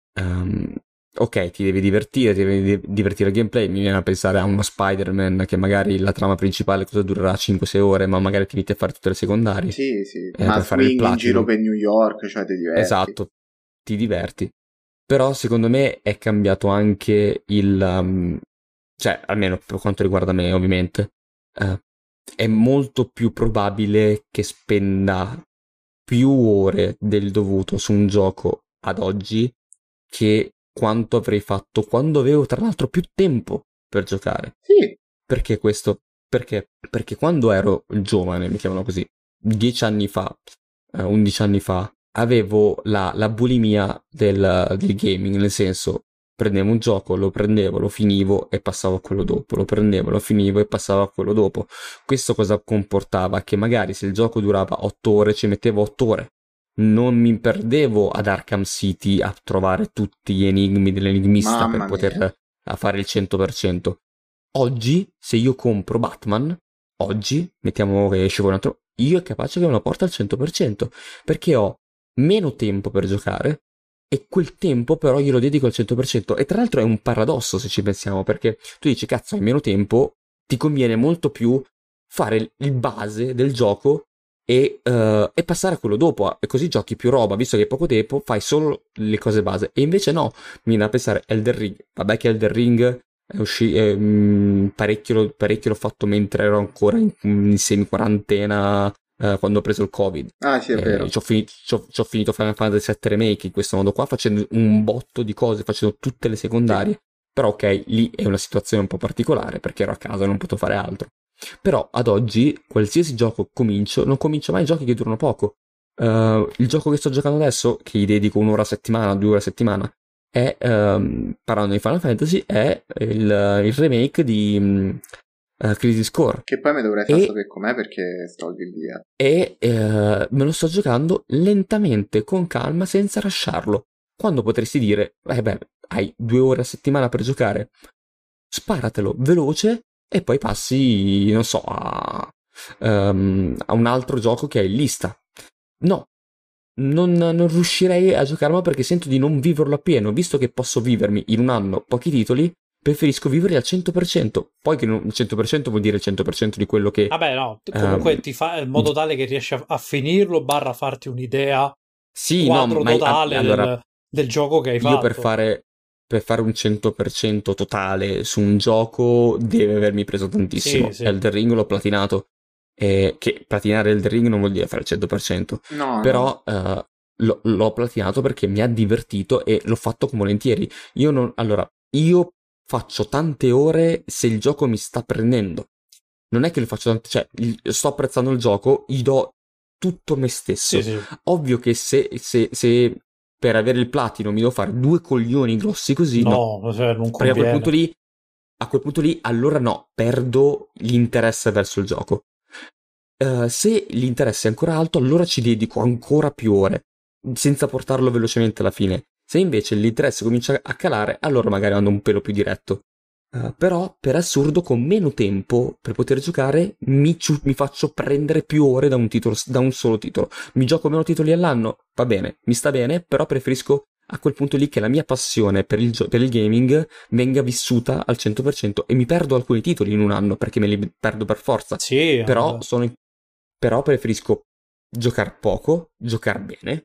um, ok, ti devi divertire, ti devi divertire il gameplay, mi viene a pensare a uno Spider-Man che magari la trama principale cosa durerà cinque sei ore, ma magari ti metti a fare tutte le secondarie. Sì, sì, eh, ma per fare il in giro per New York, cioè ti diverti. Esatto, ti diverti. Però secondo me è cambiato anche il... Um, cioè, almeno per quanto riguarda me, ovviamente, uh, è molto più probabile che spenda più ore del dovuto su un gioco ad oggi che quanto avrei fatto quando avevo tra l'altro più tempo per giocare. Sì. Perché questo? Perché? Perché quando ero giovane, mettiamolo così, dieci anni fa, eh, undici anni fa, avevo la, la bulimia del, del gaming, nel senso, prendevo un gioco, lo prendevo, lo finivo e passavo a quello dopo, lo prendevo, lo finivo e passavo a quello dopo. Questo cosa comportava? Che magari se il gioco durava otto ore ci mettevo otto ore. Non mi perdevo ad Arkham City a trovare tutti gli enigmi dell'enigmista Mamma per poter mia. fare il cento per cento. Oggi, se io compro Batman, oggi, mettiamo che esce un altro, io è capace che me lo porta al cento per cento, perché ho meno tempo per giocare e quel tempo però io lo dedico al cento per cento. E tra l'altro è un paradosso se ci pensiamo, perché tu dici, cazzo, hai meno tempo, ti conviene molto più fare il base del gioco E, uh, e passare a quello dopo, e così giochi più roba, visto che hai poco tempo fai solo le cose base. E invece no, mi viene a pensare Elden Ring, vabbè che Elden Ring è uscito eh, parecchio, parecchio l'ho fatto mentre ero ancora in, in semi quarantena, eh, quando ho preso il Covid. Ah sì, è vero. Eh, ci ho finito, finito Final Fantasy sette Remake in questo modo qua, facendo un botto di cose, facendo tutte le secondarie. Sì. Però ok, lì è una situazione un po' particolare perché ero a casa e non potevo fare altro. Però ad oggi qualsiasi gioco comincio, non comincio mai giochi che durano poco. Uh, il gioco che sto giocando adesso, che gli dedico un'ora a settimana, due ore a settimana, è, um, parlando di Final Fantasy, è il, il remake di um, uh, Crisis Core. Che poi mi dovrei far sapere com'è perché sto lì via. E uh, me lo sto giocando lentamente, con calma, senza rusharlo. Quando potresti dire, eh beh, hai due ore a settimana per giocare, sparatelo veloce. e poi passi, non so, a, um, a un altro gioco che è in lista. No, non, non riuscirei a giocarlo perché sento di non viverlo appieno, visto che posso vivermi in un anno pochi titoli. Preferisco viverli al cento per cento. Poi che non, il cento per cento vuol dire il cento per cento di quello che... Vabbè, no, comunque um, ti fa in modo tale che riesci a, a finirlo, barra farti un'idea, sì, quadro no, totale ma, allora, del, del gioco che hai fatto. Io per fare, per fare un cento per cento totale su un gioco deve avermi preso tantissimo. Sì, sì. Elden Ring l'ho platinato. Eh, che platinare Elden Ring non vuol dire fare il cento per cento. No, però no. Uh, l'ho, l'ho platinato perché mi ha divertito e l'ho fatto con volentieri. Io non... Allora, io... faccio tante ore se il gioco mi sta prendendo. Non è che lo faccio tante, cioè sto apprezzando il gioco, gli do tutto me stesso. Sì, sì. Ovvio che se, se, se per avere il platino mi devo fare due coglioni grossi così, no, no cioè non perché a quel punto lì, a quel punto lì, allora no, perdo l'interesse verso il gioco. Uh, se l'interesse è ancora alto, allora ci dedico ancora più ore, senza portarlo velocemente alla fine. Se invece l'interesse comincia a calare, allora magari ando un pelo più diretto. Uh, però, per assurdo, con meno tempo per poter giocare, mi, ci- mi faccio prendere più ore da un, titolo, da un solo titolo. Mi gioco meno titoli all'anno, va bene, mi sta bene, però preferisco a quel punto lì che la mia passione per il, gio- per il gaming venga vissuta al cento per cento e mi perdo alcuni titoli in un anno perché me li perdo per forza. Sì, Però, eh. sono, però preferisco giocare poco, giocare bene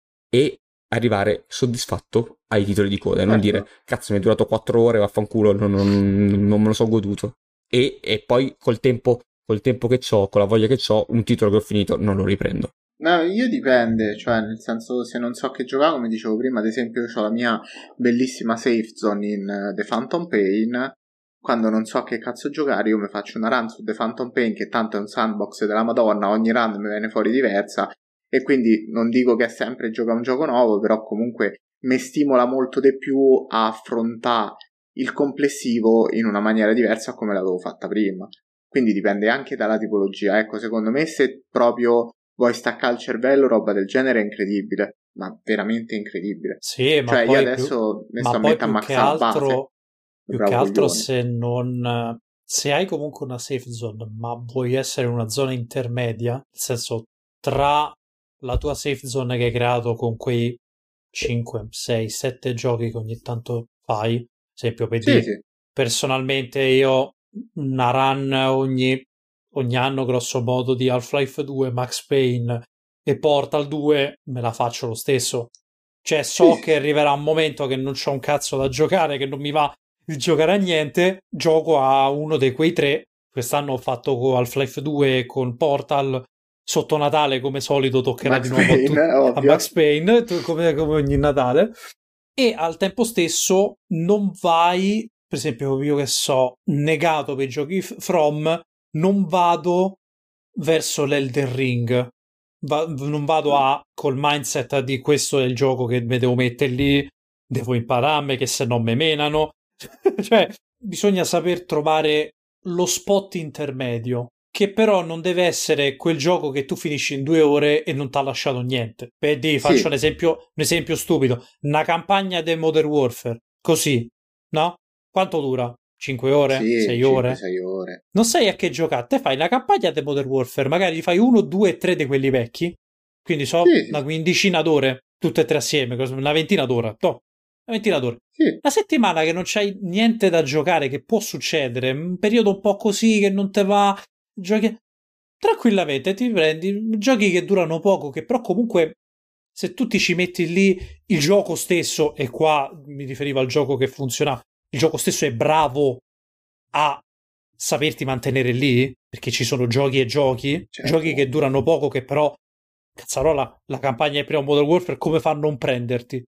e arrivare soddisfatto ai titoli di coda e non Certo. dire cazzo mi è durato quattro ore, vaffanculo, non, non, non me lo so goduto. E, e poi col tempo, col tempo che c'ho, con la voglia che c'ho, un titolo che ho finito non lo riprendo. No, io dipende, cioè nel senso se non so che giocare, come dicevo prima, ad esempio io ho la mia bellissima safe zone in uh, The Phantom Pain. Quando non so che cazzo giocare io mi faccio una run su The Phantom Pain, che tanto è un sandbox della Madonna, ogni run mi viene fuori diversa, e quindi non dico che è sempre giocare un gioco nuovo, però comunque mi stimola molto di più a affrontare il complessivo in una maniera diversa a come l'avevo fatta prima. Quindi dipende anche dalla tipologia. Ecco, secondo me se proprio vuoi staccare il cervello, roba del genere è incredibile, ma veramente incredibile. Sì, ma cioè poi io adesso più, ne ma sto a poi mettere a più che maxare base. altro, più Bravo che altro coglione. se non, se hai comunque una safe zone, ma vuoi essere una zona intermedia, nel senso tra la tua safe zone che hai creato con quei cinque, sei, sette giochi che ogni tanto fai, ad esempio per Sì, dire, sì. personalmente io una run ogni, ogni anno grosso modo di Half-Life due, Max Payne e Portal due me la faccio lo stesso. Cioè so Sì, che arriverà un momento che non c'ho un cazzo da giocare, che non mi va di giocare a niente, gioco a uno di quei tre. Quest'anno ho fatto con Half-Life due e con Portal. Sotto Natale, come solito, toccherà Max di nuovo a, tu- Payne, a ovvio. Max Payne, tu- come, come ogni Natale. E al tempo stesso non vai, per esempio, io che so, negato per i giochi f- From, non vado verso l'Elden Ring. Va- non vado a col mindset di questo è il gioco che mi devo mettere lì, devo impararmi che se no me menano. Cioè, bisogna saper trovare lo spot intermedio, che però non deve essere quel gioco che tu finisci in due ore e non ti ha lasciato niente. Per dire, faccio Sì. un esempio, un esempio stupido, una campagna di Modern Warfare, così, no? Quanto dura? cinque ore? Sì, sei cinque ore? sei ore. Non sai a che giocare, te fai una campagna di Modern Warfare, magari fai uno, due, tre di quelli vecchi, quindi so Sì, sì. una quindicina d'ore, tutte e tre assieme, una ventina d'ore, no, una ventina d'ore. Sì. Una settimana che non c'hai niente da giocare, che può succedere, un periodo un po' così che non te va, giochi tranquillamente, ti prendi giochi che durano poco, che però comunque se tu ti ci metti lì il gioco stesso, e qua mi riferivo al gioco che funziona, il gioco stesso è bravo a saperti mantenere lì, perché ci sono giochi e giochi, Certo. giochi che durano poco, che però cazzarola, la campagna di prima Modern Warfare come fa a non prenderti?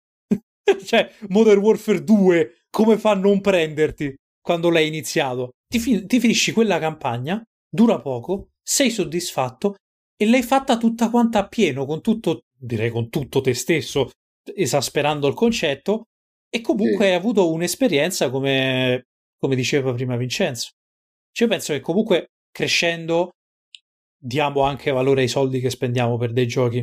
Cioè, Modern Warfare due, come fa a non prenderti quando l'hai iniziato? Ti, fi- ti finisci quella campagna, dura poco, sei soddisfatto e l'hai fatta tutta quanta a pieno, con tutto, direi con tutto te stesso, esasperando il concetto, e comunque Sì. hai avuto un'esperienza come, come diceva prima Vincenzo. Cioè, io penso che comunque crescendo diamo anche valore ai soldi che spendiamo per dei giochi.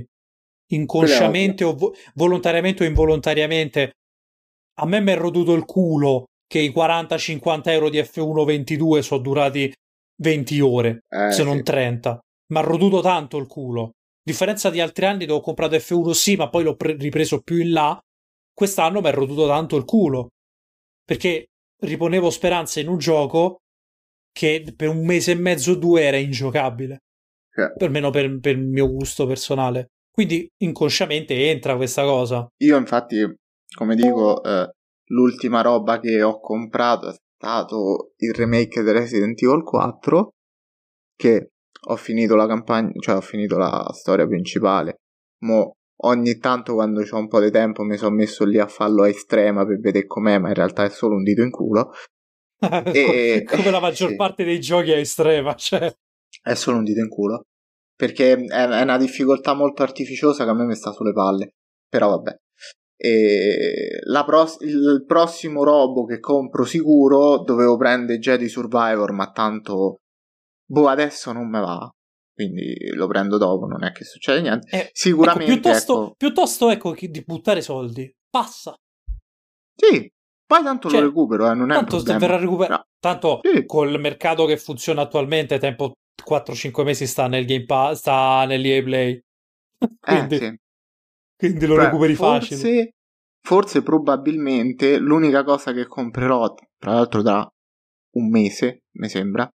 Inconsciamente o vo- volontariamente o involontariamente. A me mi è roduto il culo che i quaranta cinquanta euro di F uno ventidue sono durati venti ore, eh, se non sì. trenta. Mi ha roduto tanto il culo. Differenza di altri anni dove ho comprato F uno sì, ma poi l'ho pre- ripreso più in là. Quest'anno mi ha roduto tanto il culo. Perché riponevo speranze in un gioco che per un mese e mezzo o due era ingiocabile. Cioè, Perlomeno per, per il mio gusto personale. Quindi inconsciamente entra questa cosa. Io infatti, come dico, eh, l'ultima roba che ho comprato è stato il remake di Resident Evil quattro, che ho finito la campagna, cioè ho finito la storia principale. Mo ogni tanto quando c'ho un po' di tempo mi sono messo lì a farlo a estrema per vedere com'è, ma in realtà è solo un dito in culo. e, come la maggior sì. parte dei giochi è estrema, cioè. È solo un dito in culo. Perché è, è una difficoltà molto artificiosa che a me mi sta sulle palle. Però vabbè. E la pros- il prossimo robo che compro sicuro dovevo prendere Jedi Survivor, ma tanto boh, adesso non me va, quindi lo prendo dopo, non è che succede niente. Eh, sicuramente ecco, piuttosto, ecco, piuttosto ecco di buttare soldi, passa. Sì, poi tanto cioè, lo recupero, eh, non è un tanto problema. verrà recuperato. No. Tanto Sì. col mercato che funziona attualmente, tempo quattro cinque mesi sta nel Game Pass, sta nell'E A Play. quindi, eh, sì. quindi lo cioè, recuperi forse, facile. Forse probabilmente l'unica cosa che comprerò, tra l'altro da un mese, mi sembra,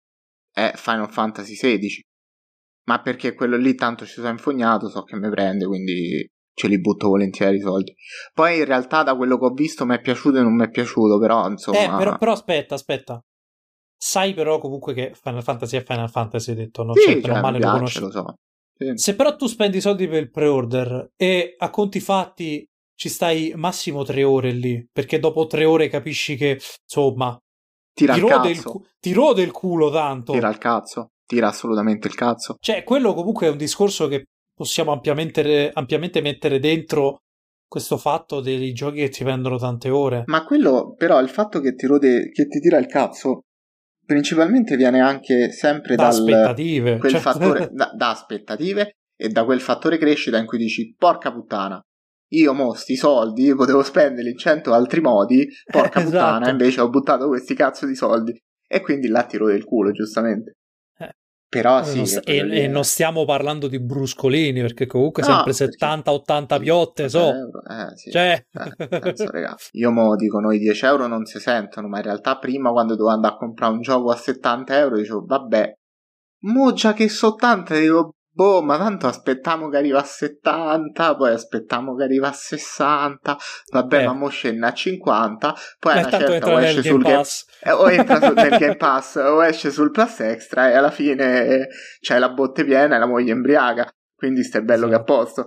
è Final Fantasy sedici. Ma perché quello lì tanto ci sono infognato, so che mi prende, quindi ce li butto volentieri i soldi. Poi in realtà da quello che ho visto mi è piaciuto e non mi è piaciuto, però insomma... Eh, però, però aspetta, aspetta. Sai però comunque che Final Fantasy è Final Fantasy, hai detto, no? Sì, Cioè, cioè, non male mi lo piace, conosci. lo so. Sì. Se però tu spendi soldi per il pre-order e a conti fatti ci stai massimo tre ore lì, perché dopo tre ore capisci che, insomma, Tira ti il rode il, cazzo. cu- ti rode il culo tanto. Tira il cazzo. Tira assolutamente il cazzo. Cioè, quello comunque è un discorso che possiamo ampiamente, ampiamente mettere dentro questo fatto dei giochi che ti prendono tante ore. Ma quello, però, il fatto che ti rode, che ti tira il cazzo, principalmente viene anche sempre da dal aspettative. Quel Cioè... fattore, da, da aspettative e da quel fattore crescita in cui dici, porca puttana, io mo sti soldi potevo spenderli in cento altri modi, porca esatto. puttana, invece ho buttato questi cazzo di soldi. E quindi là ti rode il culo, giustamente. Eh. Però sì, non st- e, e non stiamo parlando di bruscolini, perché comunque no, sempre settanta ottanta piotte, so. Euro, eh, sì. Cioè... eh, penso, ragazzi. Io mo dico, noi dieci euro non si sentono, ma in realtà prima quando dovevo andare a comprare un gioco a settanta euro dicevo, vabbè, mo già che so ottanta, dico, boh, ma tanto aspettiamo che arriva a settanta, poi aspettiamo che arriva a sessanta, vabbè, eh. ma mo scende a cinquanta, poi a una certa o esce sul Game Pass, eh, o entra su, nel Game Pass o esce sul Plus Extra e alla fine eh, c'hai la botte piena e la moglie embriaga, quindi stai bello esatto. che a posto.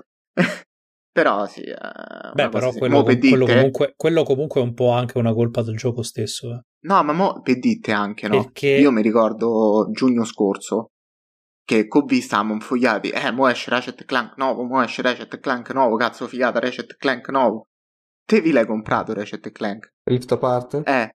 Però sì, eh, beh, però quello, com- quello, comunque, quello comunque è un po' anche una colpa del gioco stesso. Eh. No, ma mo per ditte anche, no? Perché... Io mi ricordo giugno scorso che con vi stavamo infogliati, eh, mo esce Ratchet Clank nuovo, mo esce Ratchet Clank nuovo, cazzo figata, Ratchet Clank nuovo. Te vi l'hai comprato Ratchet Clank? Rift Apart? Eh.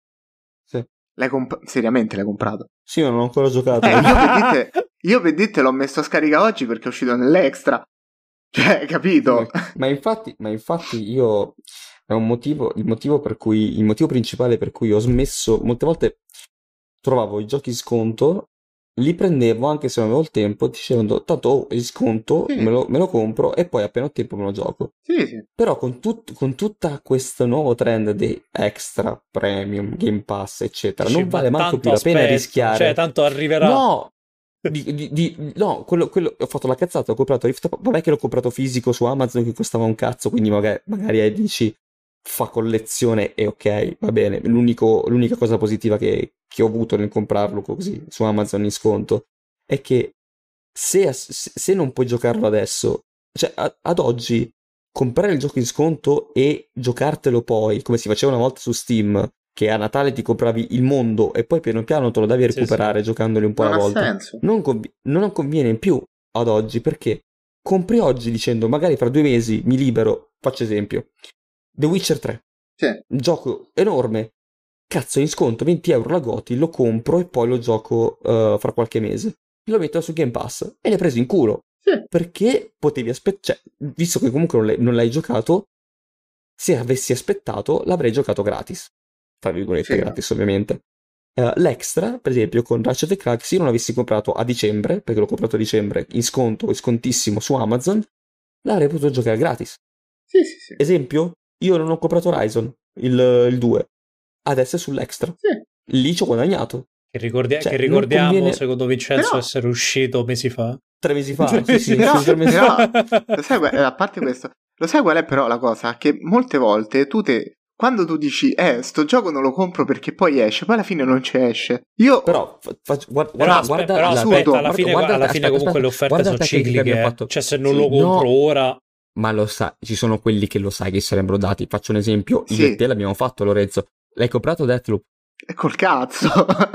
Sì. L'hai comp- seriamente l'hai comprato? Sì, ma non ho ancora giocato. Eh, io per dite, io per dite l'ho messo a scarica oggi perché è uscito nell'extra. Cioè, capito? Ma, ma infatti, ma infatti io è un motivo, il motivo per cui, il motivo principale per cui ho smesso, molte volte trovavo i giochi in sconto, li prendevo anche se non avevo il tempo, dicendo tanto oh, il sconto, sì. me, lo, me lo compro e poi appena ho tempo me lo gioco. Sì, sì. Però con, tut, con tutta questo nuovo trend di extra, premium, Game Pass, eccetera, Dici, non vale manco più aspetta, la pena rischiare. Cioè, tanto arriverà. No! Di, di, di, no, quello, quello, ho fatto la cazzata, ho comprato Rift, vabbè che l'ho comprato fisico su Amazon che costava un cazzo, quindi magari, magari dici fa collezione e ok, va bene. L'unico, l'unica cosa positiva che, che ho avuto nel comprarlo così su Amazon in sconto è che se, se non puoi giocarlo adesso, cioè a, ad oggi comprare il gioco in sconto e giocartelo poi come si faceva una volta su Steam, che a Natale ti compravi il mondo e poi piano piano te lo devi recuperare sì, sì. giocandoli un po' non alla volta. Senso. Non, conv- non conviene più ad oggi perché compri oggi dicendo magari fra due mesi mi libero, faccio esempio, The Witcher tre, sì. un gioco enorme, cazzo in sconto, venti euro la Goti, lo compro e poi lo gioco uh, fra qualche mese. Lo metto su Game Pass e l'hai preso in culo. Sì. Perché potevi aspettare, cioè, visto che comunque non l'hai, non l'hai giocato, se avessi aspettato l'avrei giocato gratis. tra virgolette sì, gratis ovviamente. Uh, l'extra, per esempio, con Ratchet and Clank, se io non l'avessi comprato a dicembre, perché l'ho comprato a dicembre in sconto, scontissimo su Amazon, l'avrei potuto giocare gratis. Sì, sì, sì. Esempio, io non ho comprato Horizon, il, il due, adesso è sull'extra. Sì. Lì ci ho guadagnato. Che, ricordia- cioè, che ricordiamo, conviene... secondo Vincenzo, però... essere uscito mesi fa. Tre mesi fa, Tre sì, mesi sì, però, sì, tre mesi però, fa. lo sai, a parte questo, lo sai qual è però la cosa? Che molte volte tu te... Quando tu dici, eh, sto gioco non lo compro perché poi esce, poi alla fine non ci esce. Io... Però, fa, guarda, però, aspe- guarda, però la, aspetta, alla fine, guarda, alla fine aspetta, comunque aspetta, le offerte sono cicliche. Fatto... Cioè, se non sì, lo compro no, ora... Ma lo sai, ci sono quelli che lo sai che sarebbero dati. Faccio un esempio, sì. io e te l'abbiamo fatto, Lorenzo. L'hai comprato Deathloop? E col cazzo.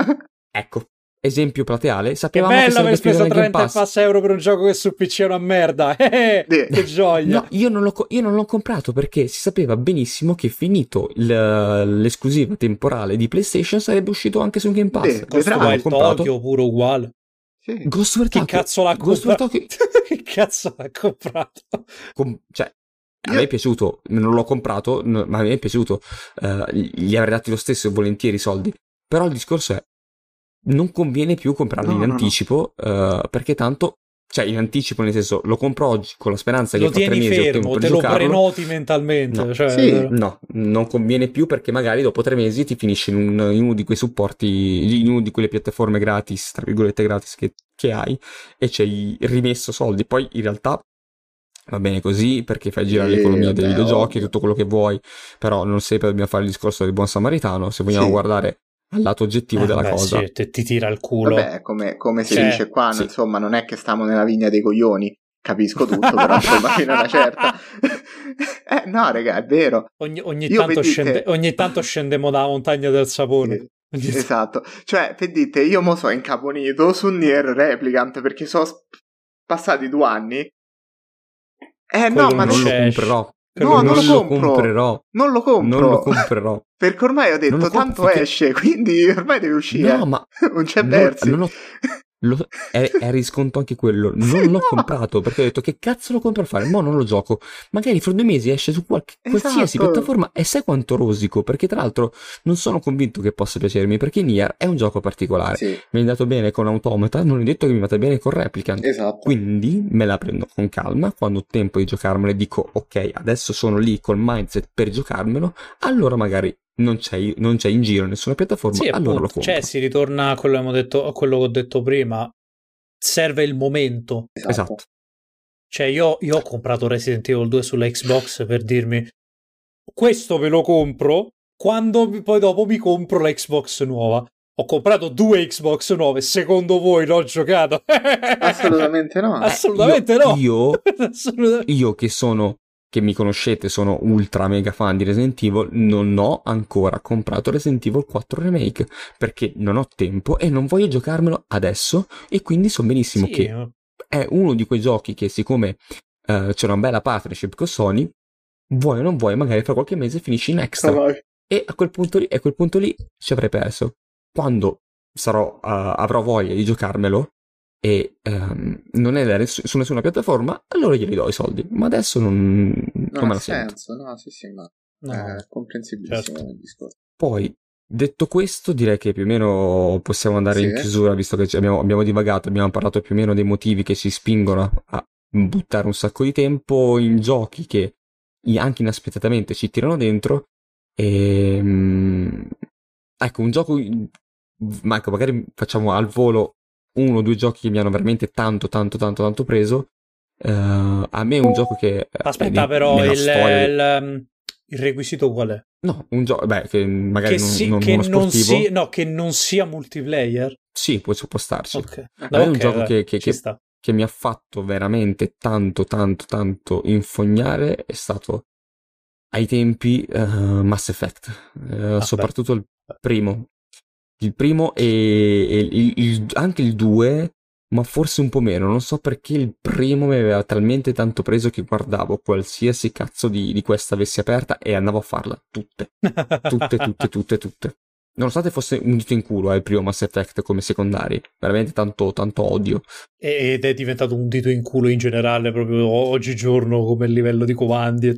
Ecco, esempio plateale. Sapevamo che che bello aver speso trenta Pass. Pass euro per un gioco che su P C è una merda. Eh, De- che gioia. No, io non, l'ho, io non l'ho comprato perché si sapeva benissimo che finito il, l'esclusiva temporale di PlayStation sarebbe uscito anche su Game Pass. De- Costa vedrai. il Tokyo pure uguale. Sì. Ghost of Chi Tokyo. cazzo l'ha Ghost of comprato? Tokyo. Che cazzo l'ha comprato? Com- cioè, a Io... me è piaciuto, non l'ho comprato, no, ma a me è piaciuto. Uh, gli avrei dati lo stesso volentieri i soldi. Però il discorso è, non conviene più comprarli no, in no, anticipo, no. Uh, perché tanto, cioè in anticipo nel senso, lo compro oggi con la speranza lo che fra tre mesi ho tempo per te giocarlo. Lo prenoti mentalmente. No. Cioè, sì. no, non conviene più perché magari dopo tre mesi ti finisce in, un, in uno di quei supporti, in una di quelle piattaforme gratis, tra virgolette gratis che, che hai, e c'hai rimesso soldi. Poi in realtà va bene così perché fai girare sì, l'economia dei beh, videogiochi, ovvio. tutto quello che vuoi, però non sempre dobbiamo fare il discorso del buon samaritano, se vogliamo sì. guardare al lato oggettivo eh, della beh, cosa. Sì, te, ti tira il culo. Vabbè, come, come si cioè, dice qua, sì. insomma, non è che stiamo nella vigna dei coglioni. Capisco tutto, però insomma, fino a una certa... eh, no, raga, è vero. Ogni, ogni, Io tanto, per scende, dite... ogni tanto scendemo dalla montagna del sapone. Sì, esatto. Cioè, per dite, io mo so incaponito su Nier Replicant perché sono passati due anni. Eh Quello no, ma non non lo comprerò. No, non, non lo, lo compro. comprerò. Non lo compro. Non lo comprerò. Perché ormai ho detto, tanto perché... esce, quindi ormai deve uscire. No, ma non c'è non, versi. Non ho... Lo, è, è risconto anche quello. Non l'ho no. comprato perché ho detto che cazzo lo compro a fare? Mo non lo gioco. Magari fra due mesi esce su qualche, esatto. qualsiasi piattaforma e sai quanto rosico. Perché tra l'altro non sono convinto che possa piacermi. Perché Nier è un gioco particolare. Sì. Mi è andato bene con Automata. Non è detto che mi vada bene con Replicant. Esatto. Quindi me la prendo con calma. Quando ho tempo di giocarmelo e dico ok, adesso sono lì col mindset per giocarmelo. Allora magari non c'è, non c'è in giro nessuna piattaforma, sì, allora lo compro. Cioè si ritorna a quello che, detto, a quello che ho detto prima, serve il momento. Esatto. esatto. Cioè io, io ho comprato Resident Evil due sulla Xbox per dirmi questo ve lo compro quando poi dopo mi compro la Xbox nuova. Ho comprato due Xbox nuove, secondo voi l'ho giocato? Assolutamente no. Assolutamente io, no. Io, Assolutamente. io che sono... che mi conoscete, sono ultra mega fan di Resident Evil, non ho ancora comprato Resident Evil quattro Remake perché non ho tempo e non voglio giocarmelo adesso e quindi so benissimo sì. che è uno di quei giochi che siccome uh, c'è una bella partnership con Sony, vuoi o non vuoi magari fra qualche mese finisci in extra oh, e a quel punto lì, a quel punto lì ci avrei perso. Quando sarò, uh, avrò voglia di giocarmelo e um, non è su nessuna piattaforma, allora glieli do i soldi. Ma adesso non, non, non me la senso, sento. No, sì, sì, ma no. è comprensibilissimo certo. il discorso. Poi, detto questo, direi che più o meno possiamo andare sì. in chiusura, visto che abbiamo, abbiamo divagato, abbiamo parlato più o meno dei motivi che ci spingono a buttare un sacco di tempo in giochi che anche inaspettatamente ci tirano dentro. E um, ecco, un gioco, ma ecco, magari facciamo al volo uno o due giochi che mi hanno veramente tanto tanto tanto tanto preso. Uh, a me è un gioco che aspetta eh, però il, il, il requisito qual è? No, un gioco beh che magari che non, si, non, che uno non sportivo si, no che non sia multiplayer. Sì, può, può starci. Okay. No, no, è okay, un gioco dai, che, che, che, sta. che mi ha fatto veramente tanto tanto tanto infognare è stato ai tempi uh, Mass Effect, uh, soprattutto il primo. Il primo e, e il, il, anche il due, ma forse un po' meno. Non so perché il primo mi aveva talmente tanto preso che guardavo qualsiasi cazzo di, di questa avessi aperta e andavo a farla tutte. Tutte, tutte, tutte, tutte. Nonostante fosse un dito in culo eh, il primo Mass Effect come secondari. Veramente tanto, tanto odio. Ed è diventato un dito in culo in generale proprio oggigiorno come livello di comandi e tutto.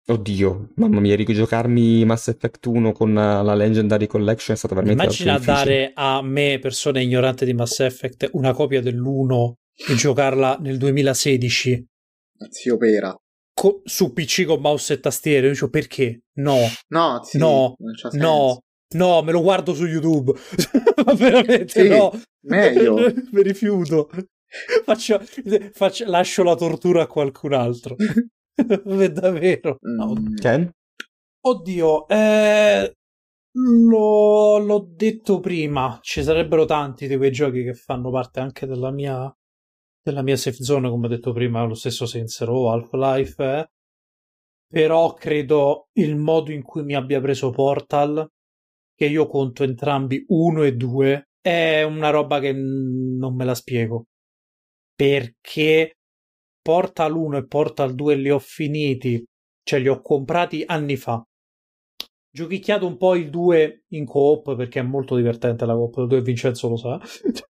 Oddio, mamma mia, rigiocarmi Mass Effect uno con la Legendary Collection è stato veramente Immagina difficile. dare a me, persona ignorante di Mass Effect, una copia dell'uno e giocarla nel duemilasedici. Zio Pera. Co- su P C con mouse e tastiere. Io dico, perché? No. No, sì, no, non c'ha no, no, me lo guardo su YouTube. Veramente sì, no. Meglio. Mi rifiuto. Faccio, faccio, lascio la tortura a qualcun altro. Davvero. No. Mm. Ken? Oddio, eh, lo, l'ho detto prima, ci sarebbero tanti di quei giochi che fanno parte anche della mia, della mia safe zone, come ho detto prima, lo stesso Saints Row, Half-Life, eh. Però credo il modo in cui mi abbia preso Portal, che io conto entrambi uno e due, è una roba che non me la spiego. Perché Portal uno e Portal due li ho finiti, cioè li ho comprati anni fa. Giochicchiato un po' il due in co-op perché è molto divertente la co-op, il due Vincenzo lo sa.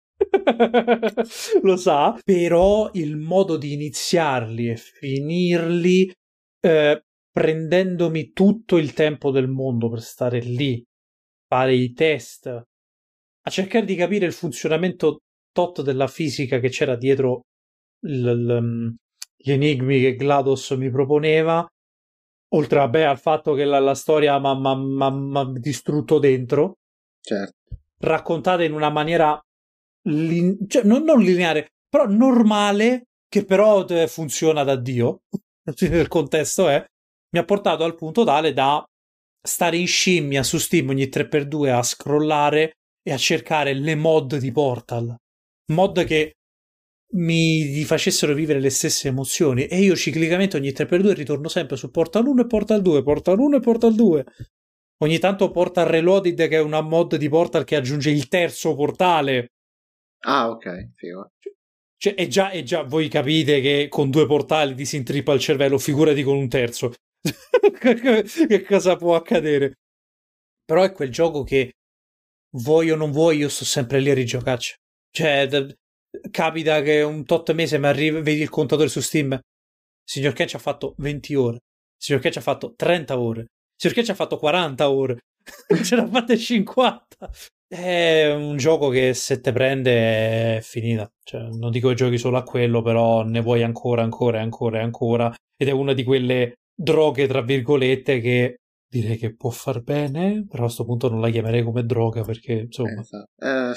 Lo sa, però il modo di iniziarli e finirli eh, prendendomi tutto il tempo del mondo per stare lì, fare i test, a cercare di capire il funzionamento tot della fisica che c'era dietro l- l- gli enigmi che GLaDOS mi proponeva. Oltre vabbè, al fatto che la, la storia mi ha distrutto dentro, certo, raccontata in una maniera lin- cioè, non, non lineare, però normale, che però eh, funziona da Dio, nel contesto è, mi ha portato al punto tale da stare in scimmia su Steam ogni tre per due a scrollare e a cercare le mod di Portal, mod che mi facessero vivere le stesse emozioni, e io ciclicamente ogni tre per due ritorno sempre su Portal uno e Portal due, Portal uno e Portal due. Ogni tanto Portal Reloaded, che è una mod di Portal che aggiunge il terzo portale. Ah, ok, figo. Cioè, è già, è già, voi capite che con due portali ti si intrippa il cervello, figurati con un terzo. Che cosa può accadere? Però è quel gioco che vuoi o non vuoi, io sto sempre lì a rigiocarci. Cioè, d- capita che un tot mese mi arriva, vedi il contatore su Steam. Signor Ken ci ha fatto venti ore. Signor Ken ci ha fatto trenta ore. Signor Ken ci ha fatto quaranta ore. Ce l'ha fatte cinquanta. È un gioco che se te prende è finita. Cioè, non dico che giochi solo a quello, però ne vuoi ancora, ancora, ancora, ancora. Ed è una di quelle droghe, tra virgolette, che direi che può far bene, però a questo punto non la chiamerei come droga perché, insomma... Esatto. Eh,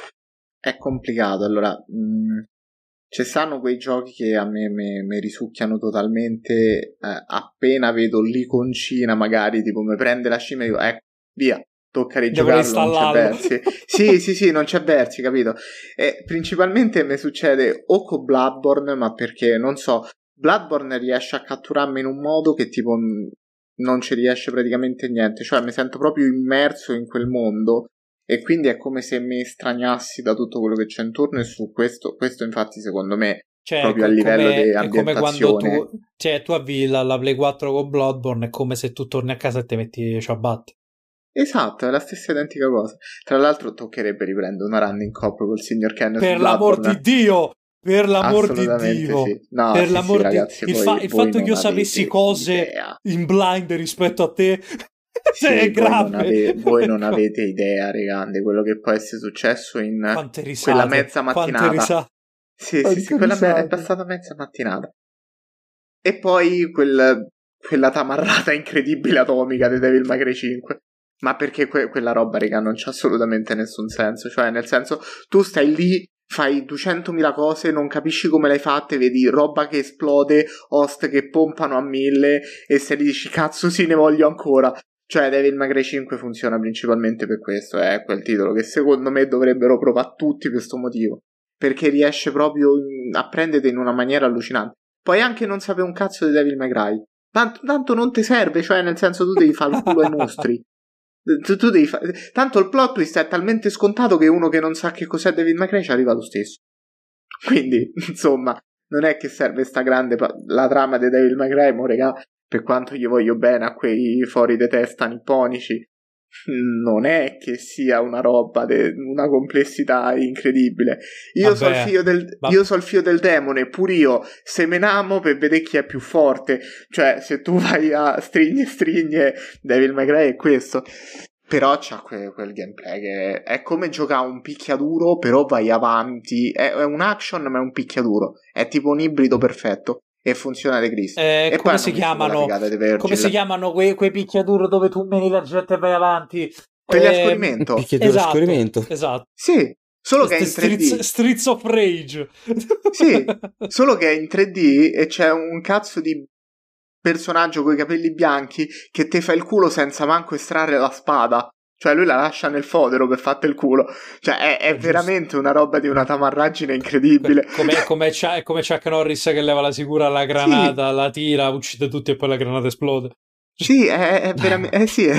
è complicato. Allora, mh, ci stanno quei giochi che a me mi risucchiano totalmente, eh, appena vedo l'iconcina magari, tipo mi prende la scimmia e dico, ecco, via, tocca rigiocarlo, non c'è versi. Sì, sì, sì, non c'è versi, capito? E principalmente mi succede o con Bloodborne, ma perché, non so, Bloodborne riesce a catturarmi in un modo che tipo non ci riesce praticamente niente, cioè mi sento proprio immerso in quel mondo e quindi è come se mi estragnassi da tutto quello che c'è intorno, e su questo, questo infatti secondo me cioè, proprio co- a livello come, di è come quando ambientazione. tu, cioè, tu avvii la, la Play quattro con Bloodborne, è come se tu torni a casa e ti metti ciabatte. Esatto, è la stessa identica cosa. Tra l'altro toccherebbe riprendere una run in coppia col signor Ken Per su l'amor Bloodborne. di Dio! Per l'amor di Dio! Sì. No, per sì, l'amor sì, di... ragazzi, il, voi, fa- il voi fatto che io sapessi cose idea. in blind rispetto a te sì, è voi grave. Non ave- voi non avete idea, regà, di quello che può essere successo in Quante risate, quella mezza mattinata. risate. Sì, Quante sì, sì, quella me- è passata mezza mattinata. E poi quel, quella tamarrata incredibile atomica di Devil May Cry cinque. Ma perché que- quella roba, raga, non c'ha assolutamente nessun senso. Cioè, nel senso, tu stai lì, fai duecentomila cose, non capisci come l'hai fatte, vedi roba che esplode, host che pompano a mille, e se li dici, cazzo sì, ne voglio ancora. Cioè, Devil May Cry cinque funziona principalmente per questo, è eh, quel titolo che secondo me dovrebbero provare tutti per questo motivo. Perché riesce proprio a prenderti in una maniera allucinante. Puoi anche non sapere un cazzo di Devil May Cry. Tanto, tanto non ti serve, cioè nel senso tu devi fare il culo ai mostri. Tu, tu devi fare... Tanto il plot twist è talmente scontato che uno che non sa che cos'è Devil May Cry ci arriva lo stesso. Quindi, insomma, non è che serve sta grande... La trama di Devil May Cry, mo regà, per quanto gli voglio bene a quei fori di testa nipponici, non è che sia una roba de- una complessità incredibile. Io so il figlio del ma... io so il figlio del demone, pure io semenamo per vedere chi è più forte, cioè se tu vai a strigne strigne Devil May Cry è questo, però c'ha que- quel gameplay che è come giocare un picchiaduro, però vai avanti, è, è un action ma è un picchiaduro, è tipo un ibrido perfetto. E funziona di Cristo. Eh, e come si chiamano? Come si chiamano quei, quei picchiaduro dove tu meni la gente e vai avanti? Quelli eh, a scorrimento. Picchiaduro esatto, a scorrimento. Esatto. Sì, solo che è in tre D. Streets, Streets of Rage. Sì, solo che è in tre D e c'è un cazzo di personaggio con i capelli bianchi che te fa il culo senza manco estrarre la spada. Cioè lui la lascia nel fodero per fatte il culo. Cioè è, è veramente una roba di una tamarraggine incredibile. Come, come, c'è, come Chuck Norris che leva la sicura alla granata, sì. La tira, uccide tutti e poi la granata esplode. Sì, è, è veramente... Eh, sì, è...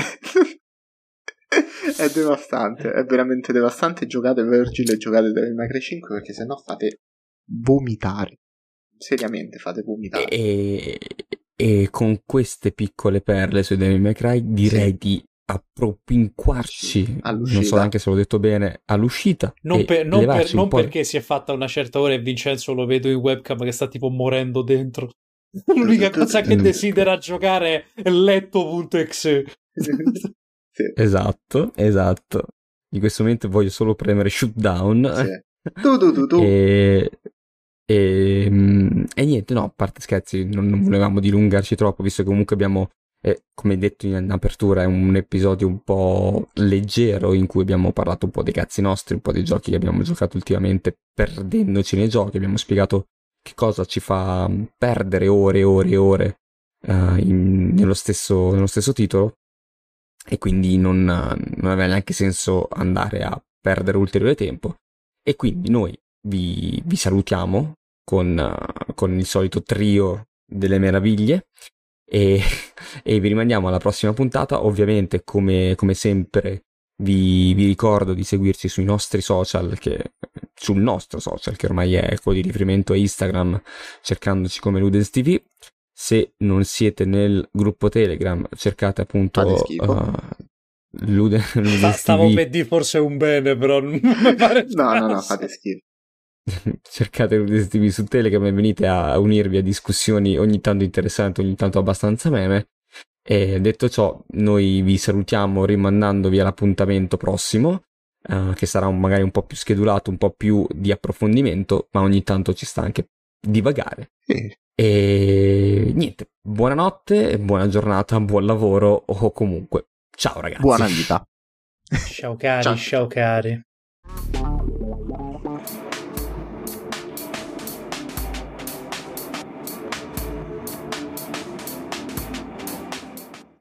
è devastante. È veramente devastante. Giocate Virgil e giocate Devil May Cry cinque perché sennò fate vomitare. Seriamente fate vomitare. E, e con queste piccole perle su Devil May Cry direi sì. di appropinquarci, non so neanche se l'ho detto bene, all'uscita non, per, non, per, non perché si è fatta una certa ora e Vincenzo lo vedo in webcam che sta tipo morendo dentro. L'unica cosa che desidera giocare è letto punto e xe. Sì. Esatto, esatto. In questo momento voglio solo premere shoot down. Sì. Tu, tu, tu, tu. E... E, e niente, no, a parte scherzi, non, non volevamo dilungarci troppo, visto che comunque abbiamo Eh, come detto in apertura, è un episodio un po' leggero in cui abbiamo parlato un po' dei cazzi nostri, un po' dei giochi che abbiamo giocato ultimamente perdendoci nei giochi, abbiamo spiegato che cosa ci fa perdere ore e ore e ore uh, in, nello, stesso, nello stesso titolo, e quindi non, non aveva neanche senso andare a perdere ulteriore tempo, e quindi noi vi, vi salutiamo con, uh, con il solito trio delle meraviglie. E, e vi rimandiamo alla prossima puntata. Ovviamente come, come sempre vi, vi ricordo di seguirci sui nostri social, che, sul nostro social che ormai è quello di riferimento a Instagram, cercandoci come Ludens T V. Se non siete nel gruppo Telegram cercate appunto uh, Ludens, Ludens Stavo T V. per dire forse un bene, però non mi pare. No, no, no, fate schifo. Cercate Ludens T V su Telegram e venite a unirvi a discussioni ogni tanto interessanti, ogni tanto abbastanza meme. E detto ciò, noi vi salutiamo rimandandovi all'appuntamento prossimo, uh, che sarà un, magari un po' più schedulato, un po' più di approfondimento, ma ogni tanto ci sta anche divagare. Sì. E niente, buonanotte, buona giornata, buon lavoro o comunque ciao ragazzi. Buona vita. Ciao cari, ciao, ciao cari.